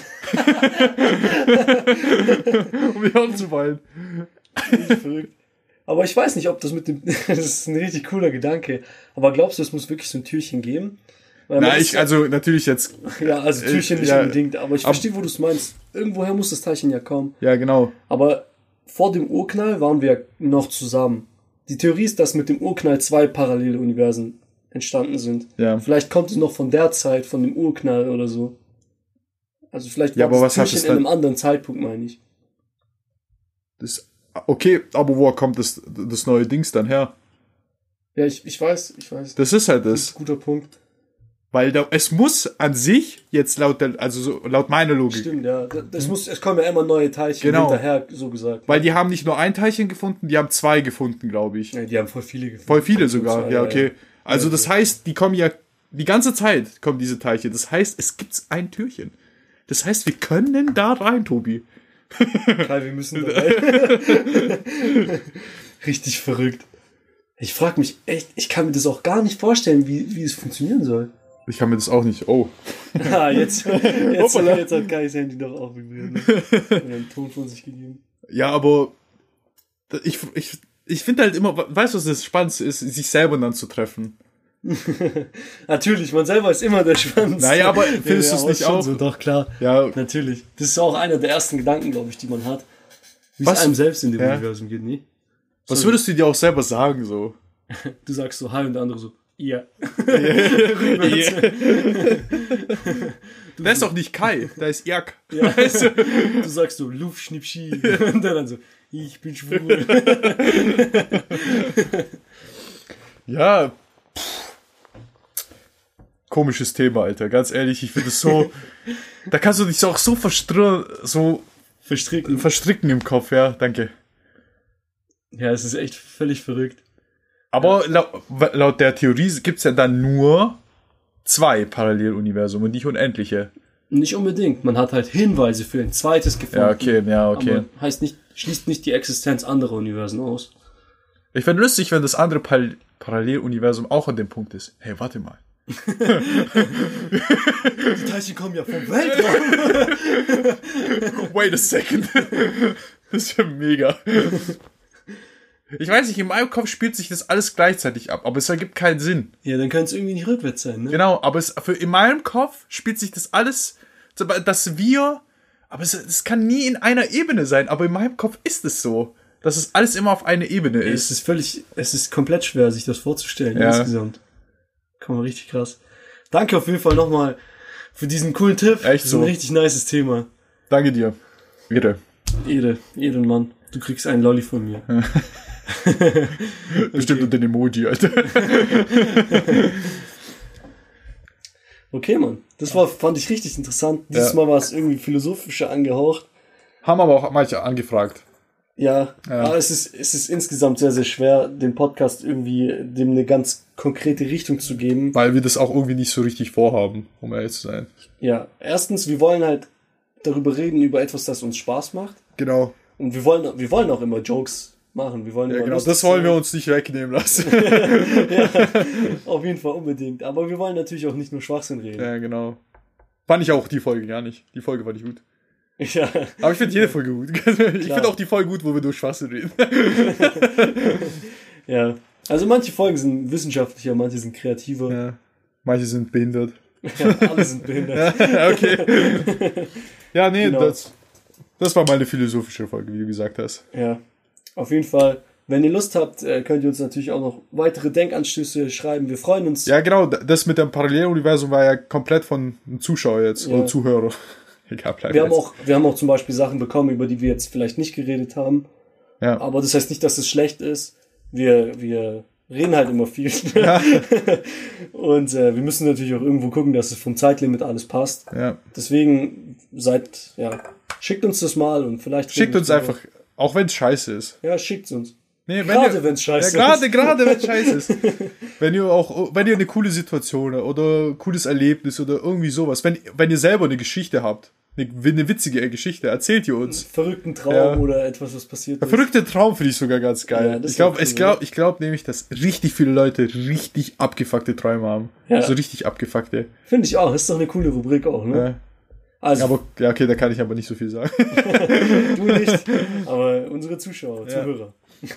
Um mich anzuweilen. Verrückt. Aber ich weiß nicht, ob das das ist ein richtig cooler Gedanke. Aber glaubst du, es muss wirklich so ein Türchen geben? Also natürlich jetzt. Ja, also Türchen nicht unbedingt, aber ich verstehe, wo du es meinst. Irgendwoher muss das Teilchen ja kommen. Ja, genau. Aber vor dem Urknall waren wir noch zusammen. Die Theorie ist, dass mit dem Urknall 2 parallele Universen entstanden sind. Ja. Vielleicht kommt es noch von der Zeit, von dem Urknall oder so. Also vielleicht war das Türchen in einem anderen Zeitpunkt, meine ich. Okay, aber woher kommt das neue Dings dann her? Ja, ich weiß. Das ist halt das. Das ist ein guter Punkt. Weil es muss an sich, jetzt laut meiner Logik. Stimmt, ja. Es kommen ja immer neue Teilchen hinterher, so gesagt. Weil die haben nicht nur ein Teilchen gefunden, die haben 2 gefunden, glaube ich. Ja, die haben voll viele gefunden. Voll viele sogar, ja, okay. Also das heißt, die kommen ja die ganze Zeit kommen diese Teilchen. Das heißt, es gibt ein Türchen. Das heißt, wir können da rein, Tobi. Kai, wir müssen da rein. Richtig verrückt. Ich frage mich echt, ich kann mir das auch gar nicht vorstellen, wie es funktionieren soll. Ich kann mir das auch nicht. Oh. Jetzt hat Kais Handy doch auch vibriert. Ne? Und einen Ton von sich gegeben. Ja, aber ich finde halt immer, weißt du, was das Spannendste ist, sich selber dann zu treffen. Natürlich, man selber ist immer der Spannendste. Naja, aber findest du es nicht auch? So, doch, klar. Ja. Natürlich. Das ist auch einer der ersten Gedanken, glaube ich, die man hat. Wie es Was? einem selbst in dem Universum geht, nie? Was würdest du dir auch selber sagen, so? Du sagst so hi und der andere so, ja. Der ist doch nicht Kai, der ist Irk. Ja. Weißt du? Du sagst so, Luft, Schnipp, Schi. Und der dann so, ich bin schwul. Ja. Komisches Thema, Alter. Ganz ehrlich, ich finde es so. Da kannst du dich auch so verstricken im Kopf, ja, danke. Ja, es ist echt völlig verrückt. Aber laut der Theorie gibt es ja dann nur 2 Paralleluniversum und nicht unendliche. Nicht unbedingt. Man hat halt Hinweise für ein zweites gefunden. Ja, okay. Aber schließt nicht die Existenz anderer Universen aus. Ich fände lustig, wenn das andere Paralleluniversum auch an dem Punkt ist. Hey, warte mal. Die Teilchen kommen ja vom Weltraum. Wait a second. Das ist ja mega. Ich weiß nicht, in meinem Kopf spielt sich das alles gleichzeitig ab, aber es ergibt keinen Sinn. Ja, dann kann es irgendwie nicht rückwärts sein, ne? Genau, aber in meinem Kopf spielt sich das alles, aber es kann nie in einer Ebene sein, aber in meinem Kopf ist es so, dass es alles immer auf einer Ebene ist. Es ist komplett schwer, sich das vorzustellen, insgesamt. Kann man richtig krass. Danke auf jeden Fall nochmal für diesen coolen Tipp. Echt so. Das ist ein richtig nices Thema. Danke dir. Ehrenmann. Du kriegst einen Lolli von mir. Bestimmt unter den Emoji, Alter. Okay, Mann. Fand ich richtig interessant. Dieses Mal war es irgendwie philosophischer angehaucht. Haben aber auch manche angefragt. Ja, aber es ist insgesamt sehr, sehr schwer, den Podcast irgendwie dem eine ganz konkrete Richtung zu geben. Weil wir das auch irgendwie nicht so richtig vorhaben, um ehrlich zu sein. Ja, erstens, wir wollen halt darüber reden, über etwas, das uns Spaß macht. Genau. Und wir wollen auch immer Jokes machen. Wir wollen genau, das wollen wir uns nicht wegnehmen lassen. Ja, auf jeden Fall unbedingt. Aber wir wollen natürlich auch nicht nur Schwachsinn reden. Ja, genau. Fand ich auch die Folge gar nicht. Die Folge fand ich gut. Ja. Aber ich finde jede Folge gut. Ich finde auch die Folge gut, wo wir durch Schwachsinn reden. Ja. Also manche Folgen sind wissenschaftlicher, manche sind kreativer. Ja. Manche sind behindert. Ja, alle sind behindert. Ja, okay. Ja, nee, Genau. das war mal eine philosophische Folge, wie du gesagt hast. Ja. Auf jeden Fall, wenn ihr Lust habt, könnt ihr uns natürlich auch noch weitere Denkanstöße schreiben. Wir freuen uns. Ja, genau. Das mit dem Paralleluniversum war ja komplett von einem Zuschauer jetzt. Ja. Oder Zuhörer. Egal, wir haben auch zum Beispiel Sachen bekommen, über die wir jetzt vielleicht nicht geredet haben. Ja. Aber das heißt nicht, dass es schlecht ist. Wir reden halt immer viel. Ja. Und wir müssen natürlich auch irgendwo gucken, dass es vom Zeitlimit alles passt. Ja. Deswegen schickt uns das mal und vielleicht... Schickt uns einfach, auch wenn es scheiße ist. Ja, schickt's uns. Nee, gerade wenn es scheiße ist. Gerade wenn es scheiße ist. wenn ihr eine coole Situation oder ein cooles Erlebnis oder irgendwie sowas, wenn ihr selber eine Geschichte habt, eine witzige Geschichte, erzählt ihr uns. Einen verrückten Traum oder etwas, was passiert ist. Ein verrückter Traum finde ich sogar ganz geil. Ja, ich glaube nämlich, dass richtig viele Leute richtig abgefuckte Träume haben. Ja. So richtig abgefuckte. Finde ich auch. Ist doch eine coole Rubrik auch, ne? Ja. Also, aber, ja, okay, da kann ich aber nicht so viel sagen. Du nicht, aber unsere Zuhörer.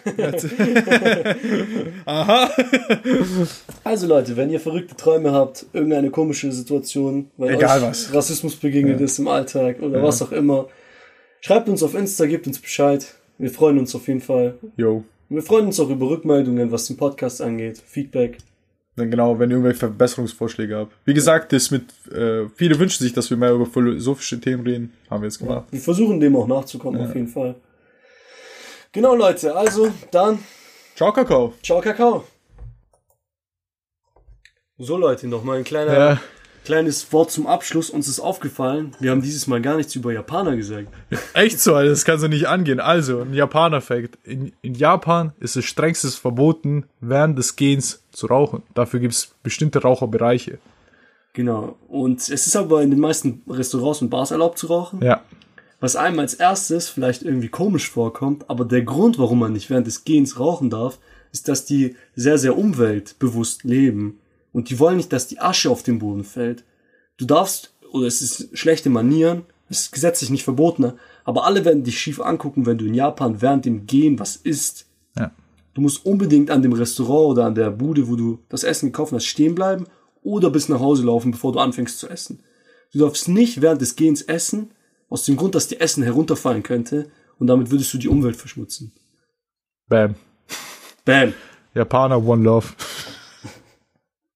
Aha. Also Leute, wenn ihr verrückte Träume habt, irgendeine komische Situation, weil egal euch was. Rassismus begegnet ist im Alltag oder was auch immer, schreibt uns auf Insta, gebt uns Bescheid. Wir freuen uns auf jeden Fall. Jo. Wir freuen uns auch über Rückmeldungen, was den Podcast angeht, Feedback. Dann genau, wenn ihr irgendwelche Verbesserungsvorschläge habt. Wie gesagt, viele wünschen sich, dass wir mehr über philosophische Themen reden. Haben wir jetzt gemacht. Wir versuchen dem auch nachzukommen, auf jeden Fall. Genau, Leute, also dann. Ciao, Kakao. Ciao, Kakao. So, Leute, nochmal ein kleiner Kleines Wort zum Abschluss. Uns ist aufgefallen, wir haben dieses Mal gar nichts über Japaner gesagt. Echt so, Alter, das kann so nicht angehen. Also, ein Japaner-Fact. In Japan ist es strengstens verboten, während des Gehens zu rauchen. Dafür gibt es bestimmte Raucherbereiche. Genau. Und es ist aber in den meisten Restaurants und Bars erlaubt zu rauchen. Ja. Was einem als erstes vielleicht irgendwie komisch vorkommt, aber der Grund, warum man nicht während des Gehens rauchen darf, ist, dass die sehr, sehr umweltbewusst leben. Und die wollen nicht, dass die Asche auf den Boden fällt. Du darfst, oder es ist schlechte Manieren, es ist gesetzlich nicht verboten, aber alle werden dich schief angucken, wenn du in Japan während dem Gehen was isst. Ja. Du musst unbedingt an dem Restaurant oder an der Bude, wo du das Essen gekauft hast, stehen bleiben oder bis nach Hause laufen, bevor du anfängst zu essen. Du darfst nicht während des Gehens essen, aus dem Grund, dass dir Essen herunterfallen könnte und damit würdest du die Umwelt verschmutzen. Bam. Bam. Japaner, One Love.